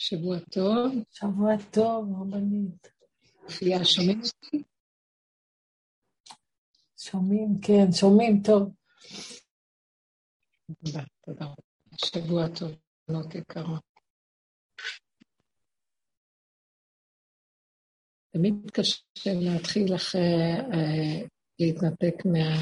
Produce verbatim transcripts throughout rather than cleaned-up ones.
שבוע טוב. שבוע טוב, רבנית. פייה, שומעים אותי? שומעים, כן, שומעים טוב. תודה, תודה. שבוע טוב, בנות יקרות. תמיד קשה להתחיל אחרי אה, להתנתק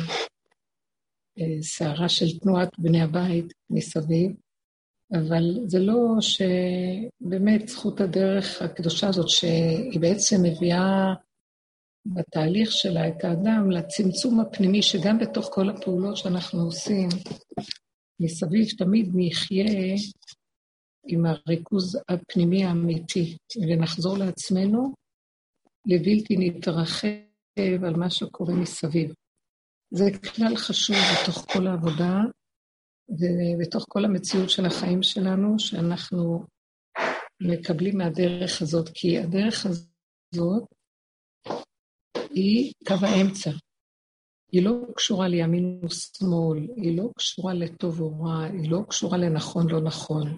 מהסערה של תנועת בני הבית מסביב, אבל זה לא שבאמת זכות הדרך הקדושה הזאת, שהיא בעצם מביאה בתהליך שלה את האדם לצמצום הפנימי, שגם בתוך כל הפעולות שאנחנו עושים מסביב, תמיד נחיה עם הריכוז הפנימי האמיתי, ונחזור לעצמנו לבלתי נתרחב על מה שקורה מסביב. זה כלל חשוב בתוך כל העבודה, ובתוך כל המציאות של החיים שלנו, שאנחנו מקבלים מהדרך הזאת, כי הדרך הזאת היא קו האמצע. היא לא קשורה לימין ושמאל, היא לא קשורה לטוב או רע, היא לא קשורה לנכון לא נכון.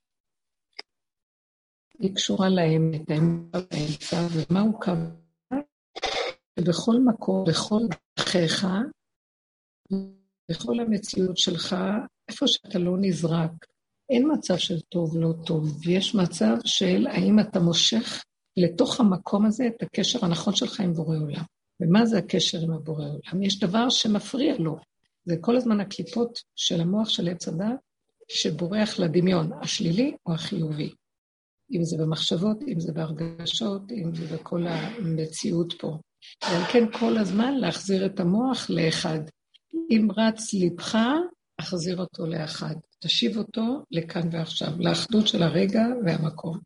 היא קשורה לאמת, האמת באמצע, ומהו קו? בכל מקום, בכל דרכיך, בכל המציאות שלך, איפה שאתה לא נזרק, אין מצב של טוב לא טוב, ויש מצב של האם אתה מושך לתוך המקום הזה את הקשר הנכון שלך עם בורא עולם. ומה זה הקשר עם הבורא עולם? יש דבר שמפריע לו. זה כל הזמן הקליפות של המוח של עץ הדת, שבורח לדמיון, השלילי או החיובי. אם זה במחשבות, אם זה בהרגשות, אם זה בכל המציאות פה. ועל כן כל הזמן להחזיר את המוח לאחד. אם רץ ליבך, החזיר אותו לאחד. תשיב אותו לכאן ועכשיו, לאחדות של הרגע והמקום.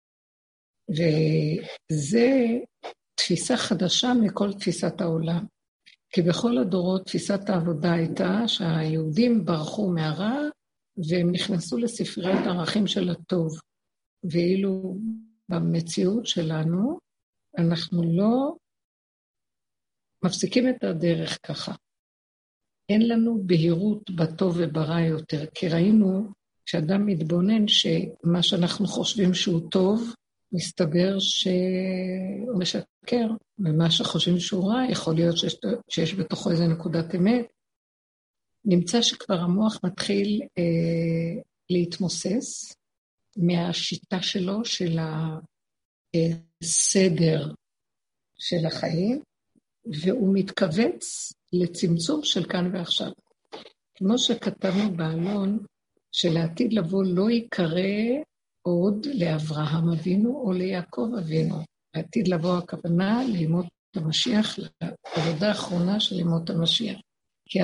וזה תפיסה חדשה מכל תפיסת העולם. כי בכל הדורות תפיסת העבודה הייתה שהיהודים ברחו מהרע, והם נכנסו לספריית הערכים של הטוב. ואילו במציאות שלנו, אנחנו לא מפסיקים את הדרך ככה. אין לנו בהירות בטוב וברע יותר, כי ראינו שאדם מתבונן שמה שאנחנו חושבים שהוא טוב, מסתבר שהוא משקר, ומה שחושבים שהוא רע, יכול להיות שיש, שיש בתוכו איזה נקודת אמת. נמצא שכבר המוח מתחיל אה, להתמוסס מהשיטה שלו, של הסדר של החיים, והוא מתכווץ לצמצום של כאן ועכשיו. כמו שכתבנו בעלון, שלעתיד לבוא לא יקרא עוד לאברהם אבינו או ליעקב אבינו. לעתיד לבוא הכוונה לימות המשיח, לעבודה האחרונה של לימות המשיח. כי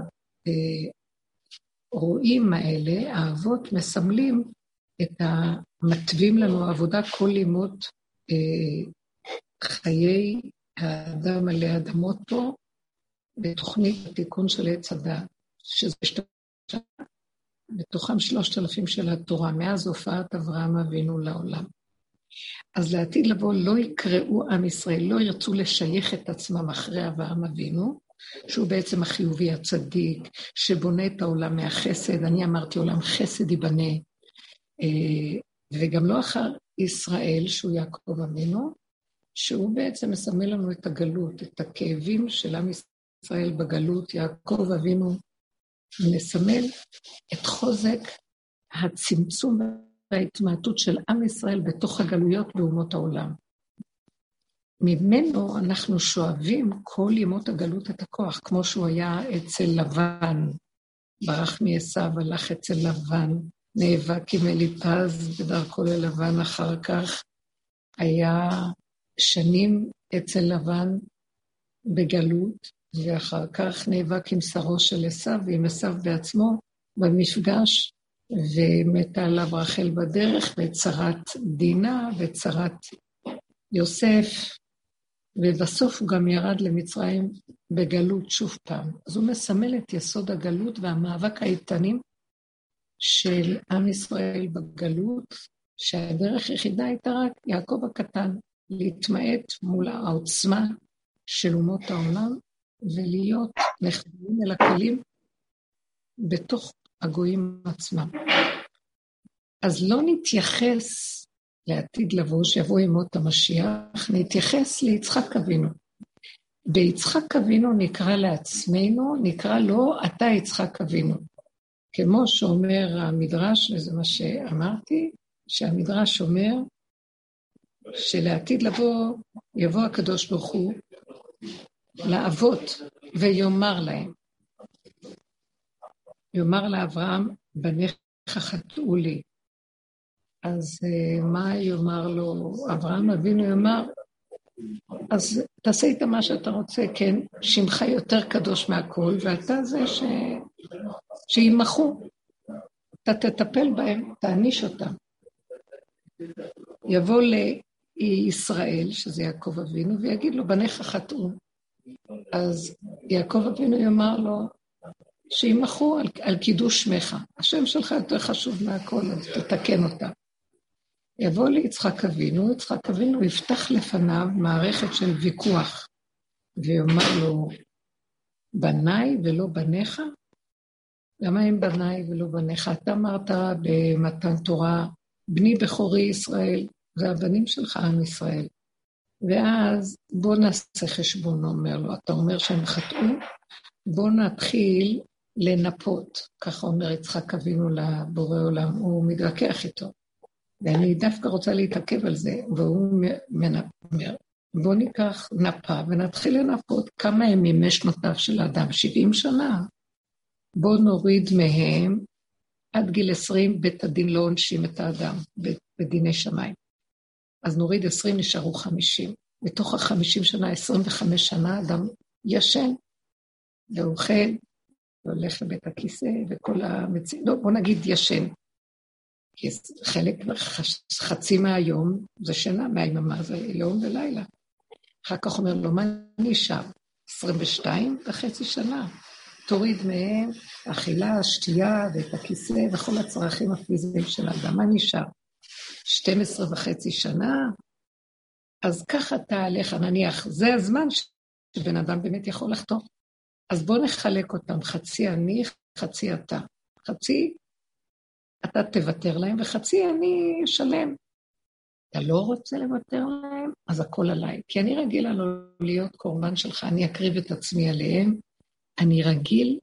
הרואים האלה, האבות מסמלים את המטבים לנו עבודה כל לימות אה, חיי האדם עלי אדמות פה, בתוכנית התיקון של עץ הדת, שזה שתי בתוכם שלושת אלפים של התורה, מאז הופעת אברהם אבינו לעולם. אז לעתיד לבוא לא יקראו עם ישראל, לא ירצו לשייך את עצמם אחרי אברהם אבינו, שהוא בעצם החיובי הצדיק, שבונה את העולם מהחסד, אני אמרתי עולם חסד ייבנה, וגם לא אחר ישראל, שהוא יעקב אבינו, שהוא בעצם מסמל לנו את הגלות, את הכאבים של עם ישראל בגלות. יעקב אבינו מסמל את חוזק הצמצום וההתמעטות של עם ישראל בתוך הגלויות באומות העולם. ממנו אנחנו שואבים כל ימות הגלות את הכוח, כמו שהוא היה אצל לבן, ברח מעשיו, הלך אצל לבן, נאבק עם אליפז בדרכו ללבן, אחר כך היה שנים אצל לבן בגלות, ואחר כך נאבק עם שרו של עשיו ועם עשיו בעצמו במפגש, ומתה עליו רחל בדרך, וצרת דינה וצרת יוסף, ובסוף הוא גם ירד למצרים בגלות שוב פעם. אז הוא מסמל את יסוד הגלות והמאבק האיתנים של עם ישראל בגלות, שהדרך היחידה הייתה רק יעקב הקטן, להתמעט מול העוצמה של אומות העולם, ולהיות נחברים אל הכלים בתוך הגויים עצמם. אז לא נתייחס לעתיד לבוא, שיבוא ימות המשיח, נתייחס ליצחק אבינו. ביצחק אבינו נקרא לעצמנו, נקרא לו, אתה יצחק אבינו. כמו שאומר המדרש, וזה מה שאמרתי, שהמדרש אומר, שלעתיד לבוא, יבוא הקדוש ברוך הוא, לאבות, ויאמר להם, יאמר לאברהם, בניך חטאו לי. אז מה יאמר לו? אברהם אבינו יאמר, אז תעשה איתה מה שאתה רוצה, כן, שמך יותר קדוש מהכל, ואתה זה ש... שימחו. אתה תטפל בהם, תעניש אותם. יבוא לישראל, שזה יעקב אבינו, ויגיד לו, בניך חטאו. אז יעקב אבינו יאמר לו, שימחו על, על קידוש שמך. השם שלך יותר חשוב מהכל, אז תתקן אותה. יבוא ליצחק אבינו, יצחק אבינו יפתח לפניו מערכת של ויכוח, ויאמר לו, בניי ולא בניך? למה הם בניי ולא בניך? אתה אמרת במתן תורה, בני בכורי ישראל, זה הבנים שלך עם ישראל. ואז בוא נעשה חשבון, אומר לו, אתה אומר שהם חטאו, בוא נתחיל לנפות, ככה אומר יצחק אבינו לבורא עולם, הוא מתווכח איתו. ואני דווקא רוצה להתעכב על זה, והוא אומר, בוא ניקח נפה ונתחיל לנפות כמה הם ימי שנותיו של האדם, שבעים שנה. בוא נוריד מהם, עד גיל עשרים בית הדין לא עונשים את האדם, בדיני שמיים. אז נוריד עשרים, נשארו חמישים. בתוך החמישים שנה, עשרים וחמש שנה, אדם ישן, ואוכל, והולך לבית הכיסא, וכל המציא, לא, בוא נגיד ישן. כי חלק, חצי מהיום, זה שנה, מהיממה, זה יום ולילה. אחר כך אומר לו, מה נשאר? עשרים ושתיים וחצי שנה. תוריד מהם אכילה, שתייה, ואת הכיסא, וכל הצרכים הפיזיים של האדם. מה נשאר? שתים עשרה וחצי שנה, אז ככה תהלך, נניח, זה הזמן שבן אדם באמת יכול לחתוך. אז בוא נחלק אותם, חצי אני, חצי אתה. חצי, אתה תוותר להם, וחצי אני שלם. אתה לא רוצה לוותר להם, אז הכל עליי. כי אני רגילה לא להיות קורבן שלך, אני אקריב את עצמי עליהם, אני רגיל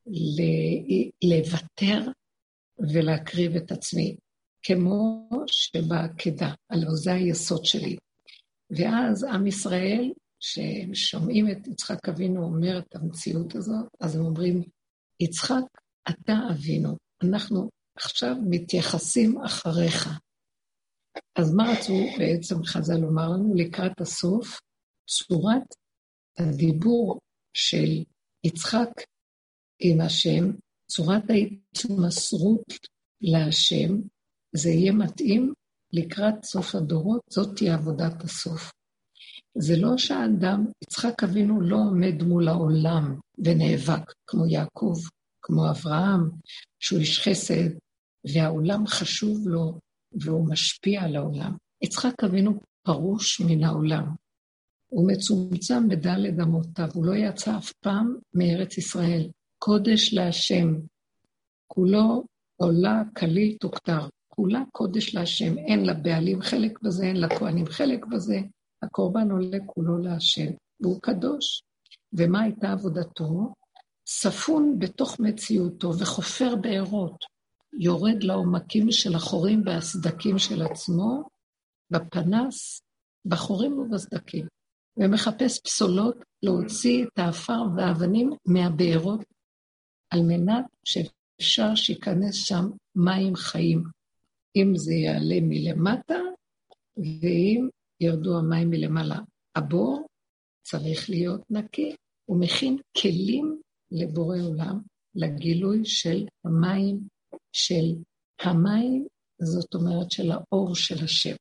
לוותר ולהקריב את עצמי, כמו שבעקדה, הלוא זה היסוד שלי. ואז עם ישראל, שהם שומעים את יצחק אבינו אומר את המציאות הזאת, אז הם אומרים, יצחק, אתה אבינו, אנחנו עכשיו מתייחסים אחריך. אז מה רצו בעצם חז"ל לומר לנו? לקראת הסוף, צורת הדיבור של יצחק עם השם, צורת ההתמסרות להשם, זה יהיה מתאים לקראת סוף הדורות, זאת תהיה עבודת הסוף. זה לא שהאדם, יצחק אבינו לא עומד מול העולם ונאבק, כמו יעקב, כמו אברהם, שהוא איש חסד, והעולם חשוב לו, והוא משפיע על העולם. יצחק אבינו פרוש מן העולם. הוא מצומצם בדלת אמותיו, הוא לא יצא אף פעם מארץ ישראל. קודש להשם, כולו עולה כליל תוכתר, כולה קודש להשם, אין לבעלים חלק בזה, אין לכהנים חלק בזה, הקורבן עולה כולו להשם, והוא קדוש. ומה הייתה עבודתו? ספון בתוך מציאותו וחופר בארות, יורד לעומקים של החורים והסדקים של עצמו, בפנס, בחורים ובסדקים, ומחפש פסולות להוציא את האפר והאבנים מהבארות, על מנת שאפשר שיכנס שם מים חיים, אם זה יעלה מלמטה, ואם ירדו המים מלמעלה. הבור צריך להיות נקי, הוא מכין כלים לבורא עולם, לגילוי של המים, של המים, זאת אומרת של האור של השם.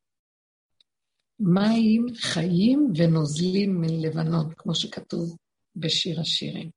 מים חיים ונוזלים מן לבנון, כמו שכתוב בשיר השירים.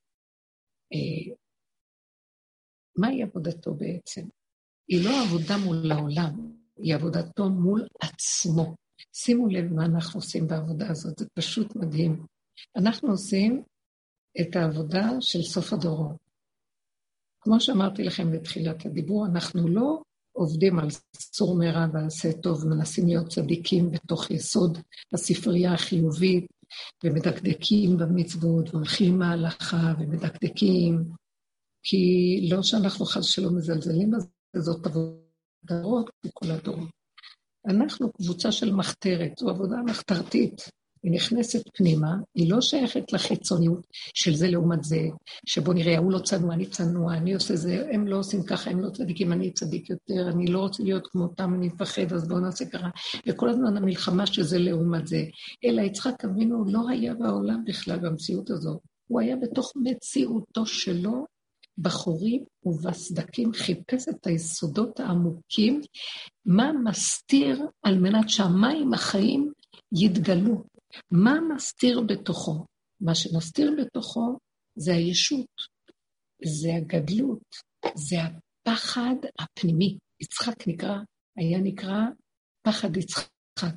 מהי עבודתו בעצם? היא לא עבודה מול העולם, היא עבודתו מול עצמו. שימו לב מה אנחנו עושים בעבודה הזאת, זה פשוט מדהים. אנחנו עושים את העבודה של סוף הדורות. כמו שאמרתי לכם בתחילת הדיבור, אנחנו לא עובדים על סור מרע ועשה טוב, מנסים להיות צדיקים בתוך יסוד הספרייה החיובית, ומדקדקים במצוות, והולכים מההלכה, ומדקדקים, כי לא שאנחנו חס שלא מזלזלים בזה, זאת עבודות בכל הדורות. אנחנו קבוצה של מחתרת, זו עבודה מחתרתית, היא נכנסת פנימה, היא לא שייכת לחיצוניות של זה לעומת זה, שבוא נראה, הוא לא צנוע, אני צנוע, אני עושה זה, הם לא עושים ככה, הם לא צדיקים, אני צדיק יותר, אני לא רוצה להיות כמותם, אני מפחד, אז בואו נעשה ככה, וכל הזמן המלחמה שזה לעומת זה, אלא יצחק אבינו לא היה בעולם בכלל במציאות הזו, הוא היה בתוך מציאותו שלו, בחורים ובסדקים, חיפש את היסודות העמוקים, מה מסתיר על מנת שהמים החיים יתגלו, מה מסתיר בתוכו? מה שמסתיר בתוכו זה הישות, זה הגדלות, זה הפחד הפנימי. יצחק נקרא, היה נקרא פחד יצחק.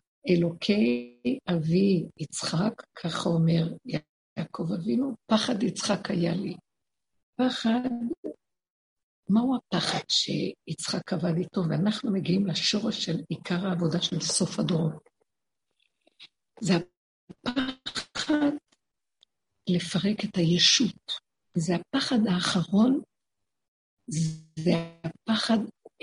אלוקי אבי יצחק, ככה אומר יעקב אבינו, פחד יצחק היה לי. פחד, מהו הפחד שיצחק עבד איתו? ואנחנו מגיעים לשורש של עיקר העבודה של סוף הדורות. זה הפחד לפרק את הישות. זה הפחד האחרון, זה הפחד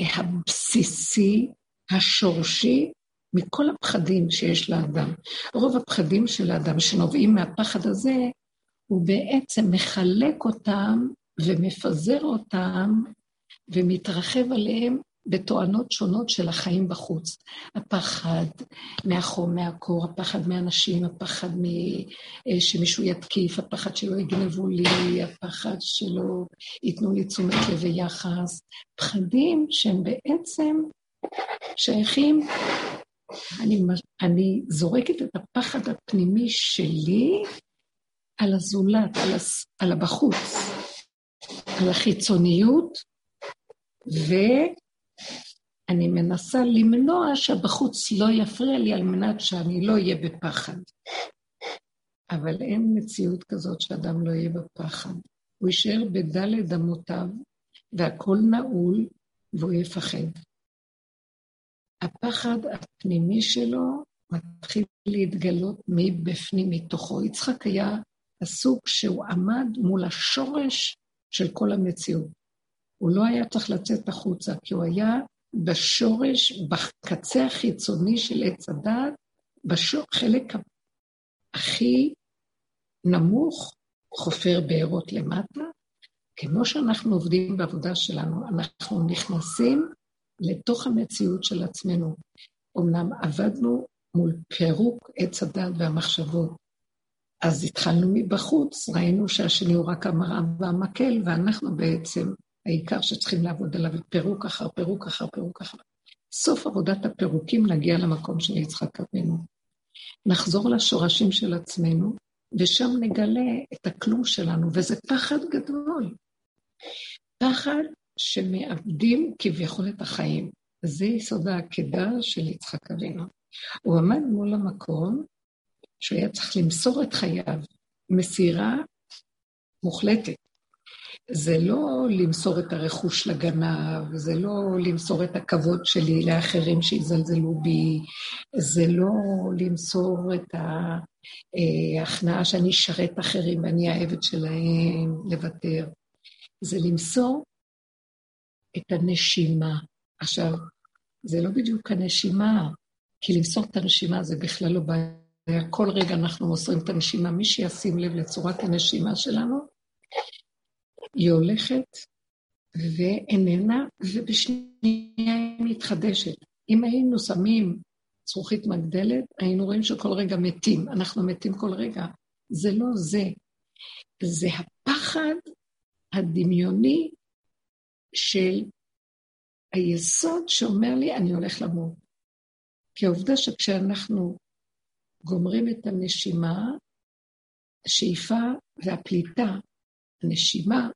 הבסיסי, השורשי, מכל הפחדים שיש לאדם. רוב הפחדים של האדם שנובעים מהפחד הזה, הוא בעצם מחלק אותם ומפזר אותם ומתרחב עליהם בתואנות שונות של החיים בחוץ. הפחד מהחום, מהקור, הפחד מאנשים, הפחד שמישהו יתקיף, הפחד שלא יגנבו לי, הפחד שלא ייתנו לי תשומת לב ויחס. פחדים שהם בעצם שייכים, אני, אני זורקת את הפחד הפנימי שלי על הזולת, על, הס, על הבחוץ, על החיצוניות, ו... אני מנסה למנוע שהבחוץ לא יפריע לי על מנת שאני לא אהיה בפחד. אבל אין מציאות כזאת שאדם לא יהיה בפחד. הוא יישאר בדלת אמותיו, והכל נעול, והוא יפחד. הפחד הפנימי שלו מתחיל להתגלות מבפנים מתוכו. יצחק היה הסוג שהוא עמד מול השורש של כל המציאות. הוא לא היה צריך לצאת החוצה, כי הוא היה בשורש, בקצה החיצוני של עץ הדעת, בחלק הכי נמוך, חופר בארות למטה, כמו שאנחנו עובדים בעבודה שלנו, אנחנו נכנסים לתוך המציאות של עצמנו. אמנם עבדנו מול פירוק עץ הדעת והמחשבות, אז התחלנו מבחוץ, ראינו שהשני הוא רק המראה והמקל, ואנחנו בעצם העיקר שצריכים לעבוד עליו, פירוק אחר פירוק אחר פירוק אחר. סוף עבודת הפירוקים נגיע למקום של יצחק אבינו. נחזור לשורשים של עצמנו, ושם נגלה את הכלום שלנו, וזה פחד גדול. פחד שמאבדים כביכול את החיים. זה יסוד העקדה של יצחק אבינו. הוא עמד מול המקום שהוא היה צריך למסור את חייו, מסירה מוחלטת. זה לא למסור את הרכוש לגנב, זה לא למסור את הכבוד שלי לאחרים שיזלזלו בי, זה לא למסור את ההכנעה שאני אשרת אחרים ואני העבד שלהם, לוותר. זה למסור את הנשימה. עכשיו, זה לא בדיוק הנשימה, כי למסור את הנשימה זה בכלל לא בעיה. כל רגע אנחנו מוסרים את הנשימה, מי שישים לב לצורת הנשימה שלנו, היא הולכת ואיננה, ובשנייה היא מתחדשת. אם היינו שמים צרוכית מגדלת, היינו רואים שכל רגע מתים. אנחנו מתים כל רגע. זה לא זה. זה הפחד הדמיוני של היסוד שאומר לי, אני הולך למות. כי העובדה שכשאנחנו גומרים את הנשימה, השאיפה והפליטה, הנשימה,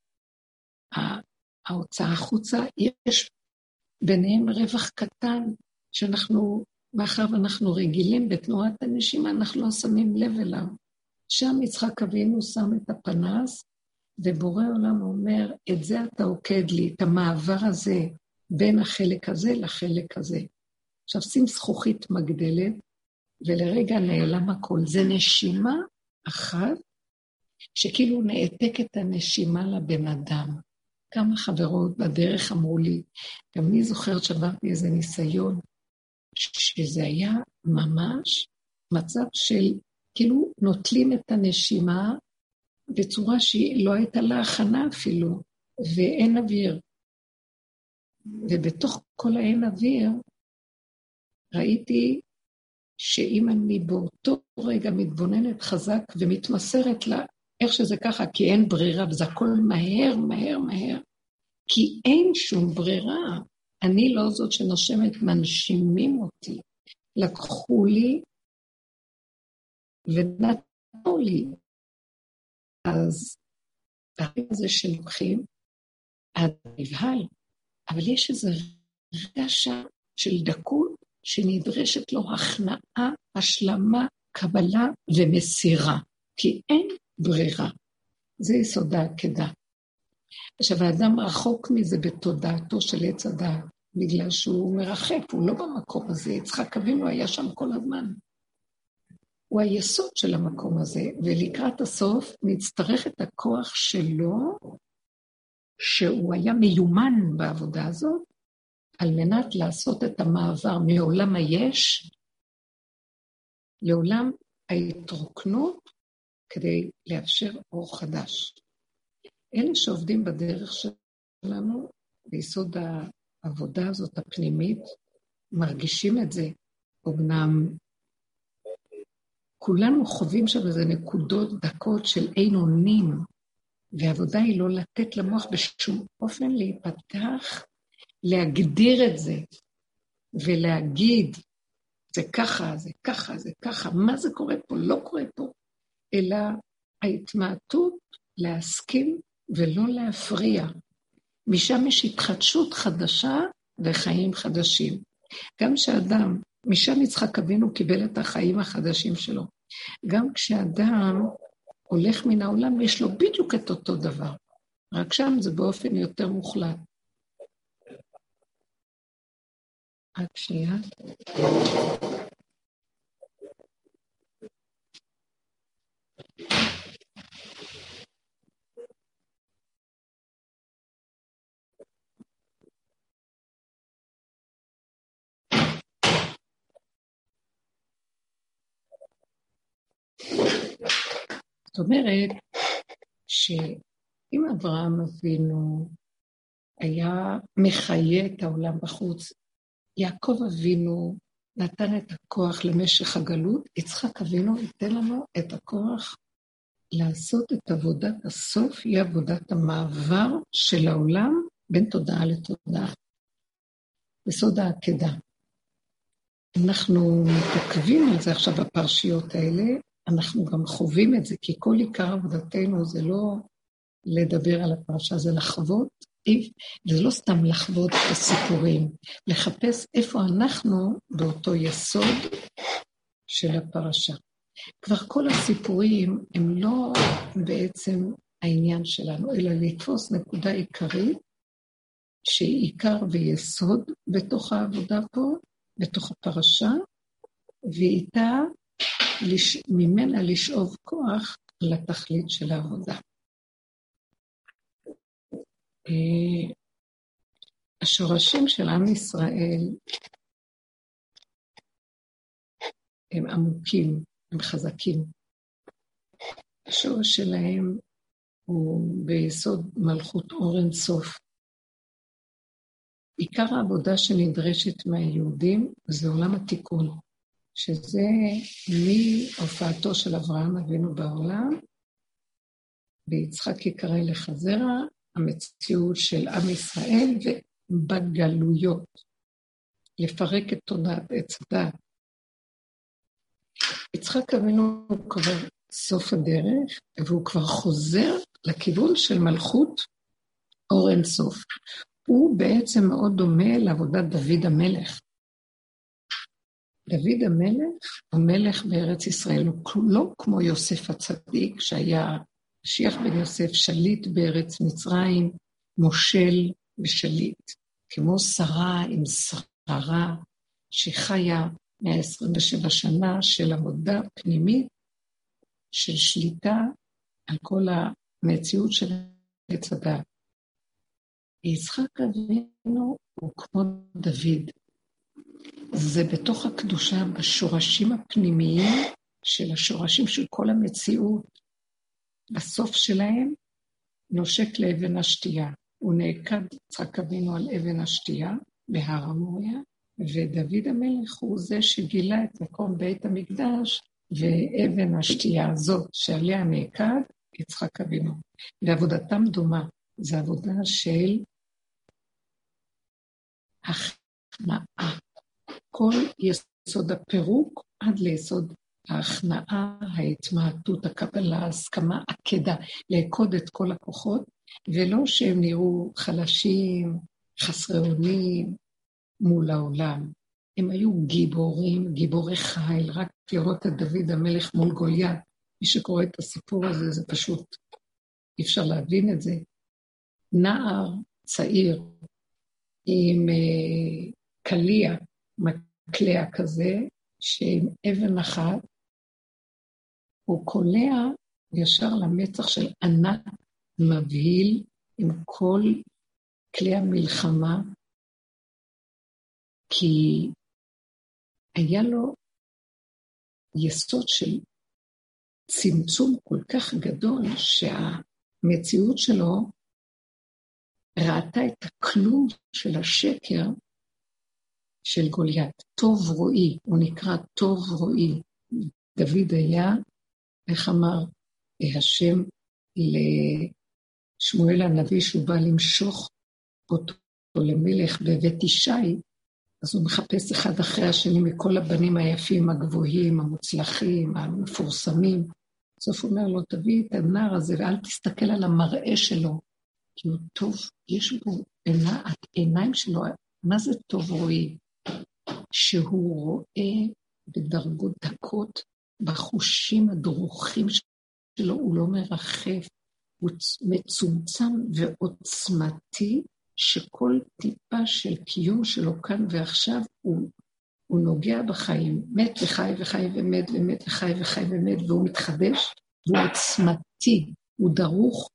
ההוצאה החוצה, יש ביניהם רווח קטן, שאנחנו, מאחר ואנחנו רגילים בתנועת הנשימה, אנחנו לא שמים לב אליו. שם יצחק אבינו שם את הפנס, ובורא עולם אומר, את זה אתה עוקד לי, את המעבר הזה, בין החלק הזה לחלק הזה. עכשיו שים זכוכית מגדלת, ולרגע נעלם הכל. זה נשימה אחת, שכאילו נעתק את הנשימה לבן אדם. כמה חברות בדרך אמרו לי, גם אני זוכרת שעברתי איזה ניסיון, שזה היה ממש מצב של, כאילו נוטלים את הנשימה, בצורה שהיא לא הייתה לה הכנה אפילו, ואין אוויר. ובתוך כל האין אוויר, ראיתי שאם אני באותו רגע מתבוננת חזק ומתמסרת לה, איך שזה ככה, כי אין ברירה, וזה הכל מהר, מהר, מהר. כי אין שום ברירה. אני לא זאת שנושמת, מנשימים אותי. לקחו לי ונתנו לי. אז הרגע הזה שלוקחים, עד נבהל, אבל יש איזה רגע שם של דקות, שנדרשת לו הכנעה, השלמה, קבלה ומסירה. כי אין ברירה. זה יסוד העקדה. עכשיו, האדם רחוק מזה בתודעתו של עץ הדעת, בגלל שהוא מרחק, הוא לא במקום הזה. יצחק אבינו היה שם כל הזמן. הוא היסוד של המקום הזה, ולקראת הסוף נצטרך את הכוח שלו, שהוא היה מיומן בעבודה הזאת, על מנת לעשות את המעבר מעולם היש, לעולם ההתרוקנות, כדי לאפשר אור חדש. אלה שעובדים בדרך שלנו, ביסוד העבודה הזאת הפנימית, מרגישים את זה. אמנם כולנו חווים שם איזה נקודות דקות של אין אונים, והעבודה היא לא לתת למוח בשום אופן להיפתח, להגדיר את זה, ולהגיד, זה ככה, זה ככה, זה ככה, מה זה קורה פה, לא קורה פה, אלא ההתמעטות להסכים ולא להפריע. משם יש התחדשות חדשה וחיים חדשים. גם כשאדם, משם יצחק אבינו קיבל את החיים החדשים שלו. גם כשאדם הולך מן העולם, יש לו בדיוק את אותו דבר. רק שם זה באופן יותר מוחלט. רק שנייה. זאת אומרת שאם אברהם אבינו היה מחיה את העולם בחוץ, יעקב אבינו נתן את הכוח למשך הגלות, יצחק אבינו ייתן לנו את הכוח לעשות את עבודת הסוף, היא עבודת המעבר של העולם בין תודעה לתודעה. בסוד העקדה. אנחנו מתעכבים על זה עכשיו בפרשיות האלה, אנחנו גם חווים את זה, כי כל עיקר עבודתנו זה לא לדבר על הפרשה, זה לחוות, וזה לא סתם לחוות את הסיפורים, לחפש איפה אנחנו באותו יסוד של הפרשה. כבר כל הסיפורים הם לא בעצם העניין שלנו, אלא לתפוס נקודה עיקרית, שהיא עיקר ויסוד בתוך העבודה פה, בתוך הפרשה, ואיתה לש... ממנה לשאוב כוח לתכלית של העבודה. השורשים של עם ישראל הם עמוקים, הם חזקים. השורש שלהם הוא ביסוד מלכות אור אין סוף. עיקר העבודה שנדרשת מהיהודים זה עולם התיקון, שזה מהופעתו של אברהם אבינו בעולם, ויצחק יקרא לך זרע, המציאות של עם ישראל ובגלויות, לפרק את תודעת עץ הדת. יצחק אבינו הוא כבר סוף הדרך, והוא כבר חוזר לכיוון של מלכות אור אין סוף. הוא בעצם מאוד דומה לעבודת דוד המלך. דוד המלך הוא מלך בארץ ישראל, הוא לא כמו יוסף הצדיק, שהיה משיח בן יוסף, שליט בארץ מצרים, מושל ושליט. כמו שרה עם שררה שחיה מאה עשרים ושבע שנה של עבודה פנימית, של שליטה על כל המציאות של עץ הדת. יצחק אבינו הוא כמו דוד. זה בתוך הקדושה, בשורשים הפנימיים של השורשים של כל המציאות. בסוף שלהם נושק לאבן השתייה. הוא נעקד יצחק אבינו על אבן השתייה בהר המוריה, ודוד המלך הוא זה שגילה את מקום בית המקדש, ואבן השתייה הזאת שעליה נעקד יצחק אבינו. ועבודתם דומה, זה עבודה של הכנעה. כל יסוד הפירוק עד ליסוד ההכנעה, ההתמעטות, הקבלה, ההסכמה, עקדה, לעקוד את כל הכוחות, ולא שהם נראו חלשים, חסרי אונים מול העולם. הם היו גיבורים, גיבורי חיל, רק לראות את דוד המלך מול גוליית. מי שקורא את הסיפור הזה, זה פשוט, אי אפשר להבין את זה. נער צעיר עם uh, קליע, מקלע כזה, שעם אבן אחת, הוא קולע ישר למצח של ענק מבהיל עם כל כלי המלחמה, כי היה לו יסוד של צמצום כל כך גדול, שהמציאות שלו ראתה את הכלום של השקר של גוליית. טוב רואי, הוא נקרא טוב רואי. דוד היה, איך אמר השם לשמואל הנביא, שהוא בא למשוך אותו למלך בבית ישי, אז הוא מחפש אחד אחרי השני מכל הבנים היפים, הגבוהים, המוצלחים, המפורסמים. בסוף הוא אומר לו, תביא את הנער הזה ואל תסתכל על המראה שלו, כי הוא טוב, יש בו עיני, העיניים שלו, מה זה טוב רואי? שהוא רואה בדרגות דקות, בחושים הדרוכים שלו, הוא לא מרחף, הוא מצומצם ועוצמתי, שכל טיפה של קיום שלו כאן ועכשיו, הוא, הוא נוגע בחיים, מת וחי וחי ומת ומת וחי וחי ומת, והוא מתחדש, והוא עוצמתי, הוא דרוך,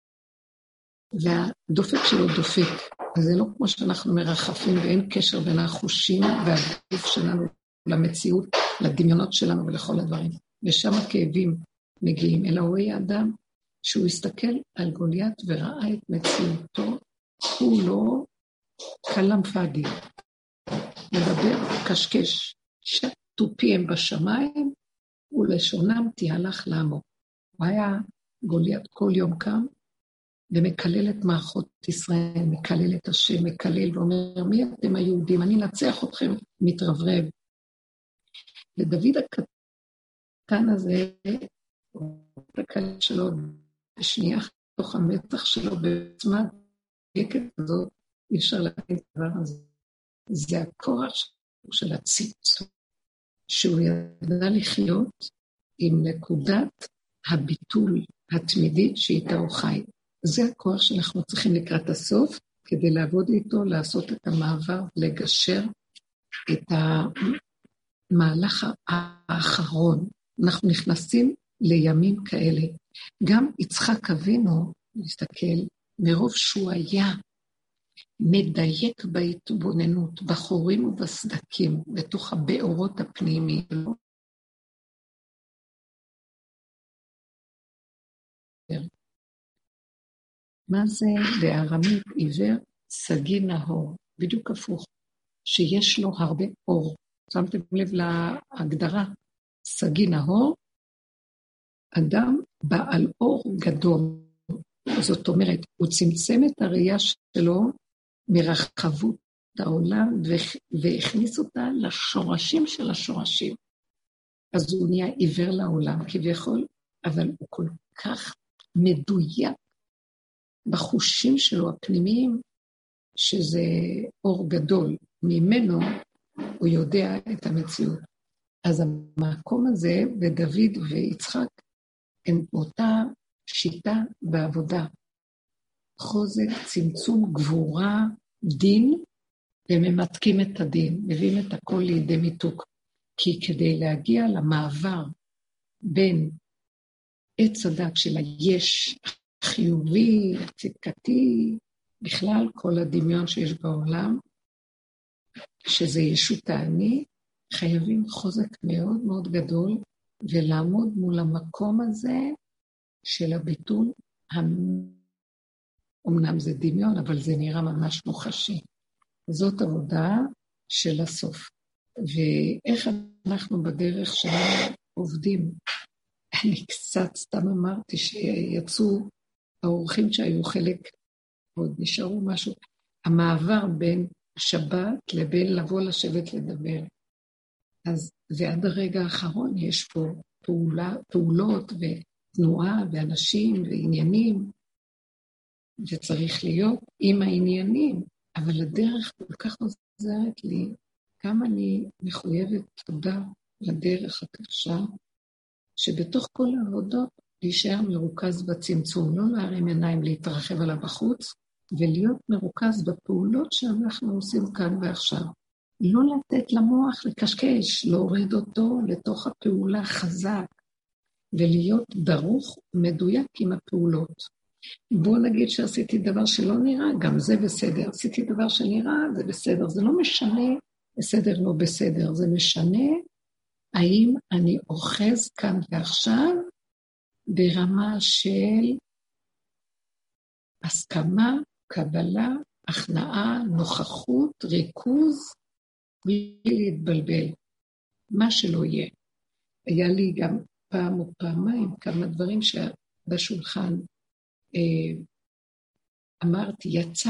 והדופק שלו דופק. אז זה לא כמו שאנחנו מרחפים, ואין קשר בין החושים והגוף שלנו למציאות, לדמיונות שלנו ולכל הדברים. ושם הכאבים מגיעים, אלא הוא היה אדם שהוא הסתכל על גוליית וראה את מציאותו, הוא לא כלם פאדי, מדבר קשקש, שטופיהם בשמיים, ולשונם תהלך לעמו. הוא היה גוליית כל יום קם, ומקלל את מערכות ישראל, מקלל את השם, מקלל ואומר, מי אתם היהודים? אני נצח אתכם, מתרברב. ודוד הקטן הזה, הוא הקלל שלו בשנייה, תוך המצח שלו, בעצמה יקת הזאת, אי אפשר להגיד את הדבר הזה. זה הכורח של הצמצום, שהוא ידע לחיות עם נקודת הביטול התמידית שאיתה הוא חי. זה הכוח שאנחנו צריכים לקראת הסוף, כדי לעבוד איתו, לעשות את המעבר, לגשר את המהלך האחרון. אנחנו נכנסים לימים כאלה. גם יצחק אבינו, להסתכל, מרוב שהוא היה מדייק בהתבוננות, בחורים ובסדקים, בתוך הבאורות הפנימיים. מה זה בארמית עיוור? סגי נהור, בדיוק הפוך, שיש לו הרבה אור. שמתם לב להגדרה, סגי נהור, אדם בעל אור גדול. זאת אומרת, הוא צמצם את הראייה שלו מרחבות העולם, והכניס אותה לשורשים של השורשים. אז הוא נהיה עיוור לעולם כביכול, אבל הוא כל כך מדויק בחושים שלו הפנימיים, שזה אור גדול. ממנו הוא יודע את המציאות. אז המקום הזה, ודוד ויצחק, הם אותה שיטה בעבודה. חוזק, צמצום, גבורה, דין, וממתקים את הדין, מביאים את הכל לידי מיתוק. כי כדי להגיע למעבר בין עץ הדת של היש החיובי, הצדקתי, בכלל כל הדמיון שיש בעולם, שזה ישות האני, חייבים חוזק מאוד מאוד גדול, ולעמוד מול המקום הזה של הביטול, אמנם זה דמיון, אבל זה נראה ממש מוחשי. זאת עבודה של הסוף. ואיך אנחנו בדרך שלנו עובדים, אני קצת סתם אמרתי שיצאו האורחים שהיו חלק, עוד נשארו משהו, המעבר בין שבת לבין לבוא לשבת לדבר. אז ועד הרגע האחרון יש פה פעולה, פעולות ותנועה ואנשים ועניינים, וצריך להיות עם העניינים, אבל הדרך כל כך עוזרת לי, כמה אני מחויבת תודה לדרך הקשה, שבתוך כל העבודות להישאר מרוכז בצמצום, לא להרים עיניים להתרחב עליו בחוץ, ולהיות מרוכז בפעולות שאנחנו עושים כאן ועכשיו. לא לתת למוח לקשקש, להוריד אותו לתוך הפעולה חזק, ולהיות דרוך מדויק עם הפעולות. בואו נגיד שעשיתי דבר שלא נראה, גם זה בסדר. עשיתי דבר שנראה, זה בסדר. זה לא משנה, בסדר לא בסדר. זה משנה האם אני אוחז כאן ועכשיו ברמה של הסכמה, קבלה, הכנעה, נוכחות, ריכוז, בלי להתבלבל. מה שלא יהיה. היה לי גם פעם או פעמיים כמה דברים שבשולחן אמרתי, יצא.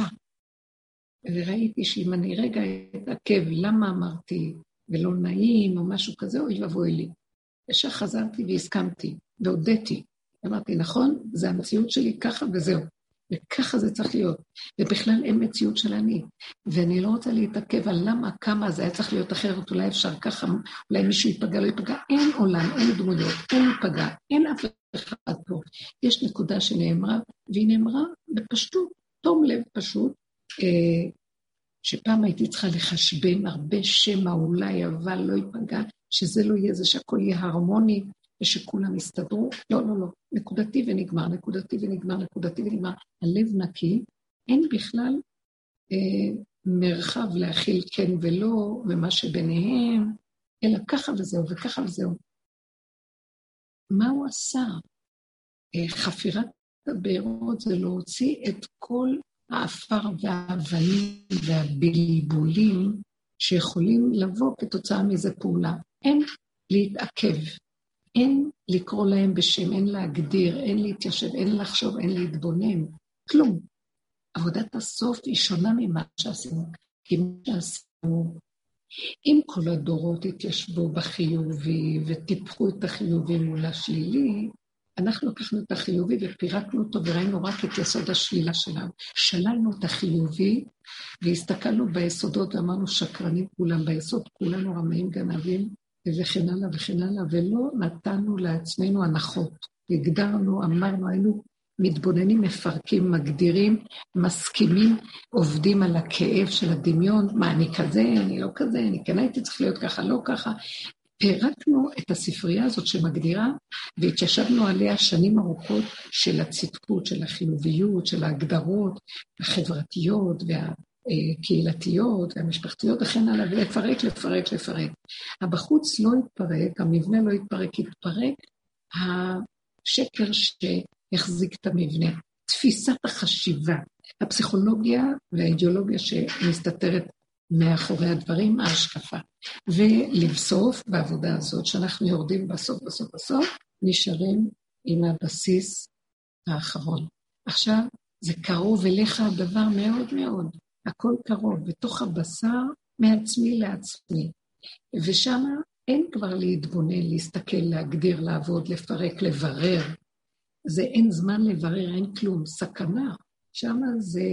וראיתי שאם אני רגע אתעכב, למה אמרתי, ולא נעים או משהו כזה, אוי ובואי לי. ישר חזרתי והסכמתי, והודיתי. אמרתי, נכון, זה המציאות שלי ככה וזהו. וככה זה צריך להיות. ובכלל אין מציאות של אני. ואני לא רוצה להתעכב על למה, כמה זה היה צריך להיות אחרת, אולי אפשר ככה, אולי מישהו ייפגע, לא ייפגע. אין עולם, אין דמויות, אין ייפגע, אין אף אחד פה. יש נקודה שנאמרה, והיא נאמרה בפשטות, תום לב פשוט, אה, שפעם הייתי צריכה לחשבן הרבה שמע, אולי, אבל לא ייפגע, שזה לא יהיה, זה שהכל יהיה הרמוני, ושכולם יסתדרו. לא, לא, לא. נקודתי ונגמר, נקודתי ונגמר, נקודתי ונגמר. הלב נקי, אין בכלל אה, מרחב להכיל כן ולא, ומה שביניהם, אלא ככה וזהו, וככה וזהו. מה הוא עשה? אה, חפירת הבארות זה להוציא את כל האפר והאבנים והבלבולים שיכולים לבוא כתוצאה מזה פעולה. אין להתעכב. אין לקרוא להם בשם, אין להגדיר, אין להתיישב, אין לחשוב, אין להתבונן, כלום. עבודת הסוף היא שונה ממה שעשינו, כי מה שעשינו, אם כל הדורות התיישבו בחיובי וטיפחו את החיובי מול השלילי, אנחנו לקחנו את החיובי ופירקנו אותו וראינו רק את יסוד השלילה שלנו. שללנו את החיובי והסתכלנו ביסודות ואמרנו שקרנים כולם ביסוד, כולנו רמאים גנבים, וכן הלאה וכן הלאה, ולא נתנו לעצמנו הנחות. הגדרנו, אמרנו, היינו מתבוננים, מפרקים, מגדירים, מסכימים, עובדים על הכאב של הדמיון, מה אני כזה, אני לא כזה, אני כן הייתי צריך להיות ככה, לא ככה. פרקנו את הספרייה הזאת שמגדירה, והתיישבנו עליה שנים ארוכות של הצדקות, של החיוביות, של ההגדרות החברתיות וה... קהילתיות והמשפחתיות וכן הלאה, ולפרק, לפרק, לפרק. הבחוץ לא יתפרק, המבנה לא יתפרק, יתפרק השקר שיחזיק את המבנה. תפיסת החשיבה, הפסיכולוגיה והאידיאולוגיה שמסתתרת מאחורי הדברים, ההשקפה. ולבסוף, בעבודה הזאת, שאנחנו יורדים בסוף, בסוף, בסוף, נשארים עם הבסיס האחרון. עכשיו, זה קרוב אליך הדבר מאוד מאוד. הכל קרוב, בתוך הבשר, מעצמי לעצמי. ושם אין כבר להתבונן, להסתכל, להגדיר, לעבוד, לפרק, לברר. זה אין זמן לברר, אין כלום, סכנה. שם זה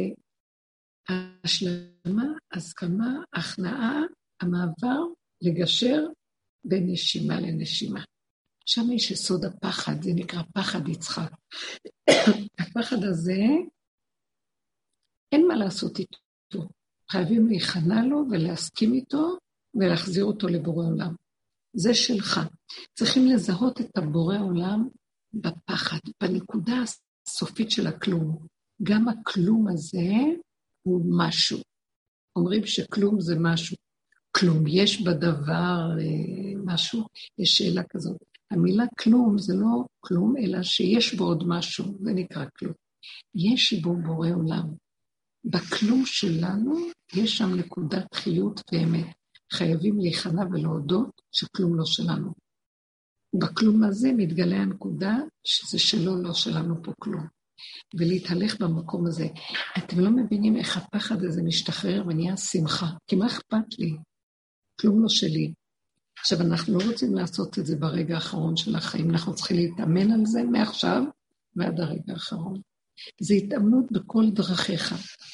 השלמה, הסכמה, הכנעה, המעבר, לגשר בין נשימה לנשימה. שם יש יסוד הפחד, זה נקרא פחד יצחק. הפחד הזה, אין מה לעשות איתו. חייבים להיכנע לו ולהסכים איתו ולהחזיר אותו לבורא עולם. זה שלך. צריכים לזהות את הבורא עולם בפחד, בנקודה הסופית של הכלום. גם הכלום הזה הוא משהו. אומרים שכלום זה משהו. כלום, יש בדבר אה, משהו, יש שאלה כזאת. המילה כלום זה לא כלום, אלא שיש בו עוד משהו, זה נקרא כלום. יש בו בורא עולם. בכלום שלנו יש שם נקודת חיות ואמת. חייבים להיכנע ולהודות שכלום לא שלנו. בכלום הזה מתגלה הנקודה שזה שלו, לא שלנו פה כלום. ולהתהלך במקום הזה. אתם לא מבינים איך הפחד הזה משתחרר ונהיה שמחה. כי מה אכפת לי? כלום לא שלי. עכשיו, אנחנו לא רוצים לעשות את זה ברגע האחרון של החיים. אנחנו צריכים להתאמן על זה מעכשיו ועד הרגע האחרון. זה התאמנות בכל דרכיך.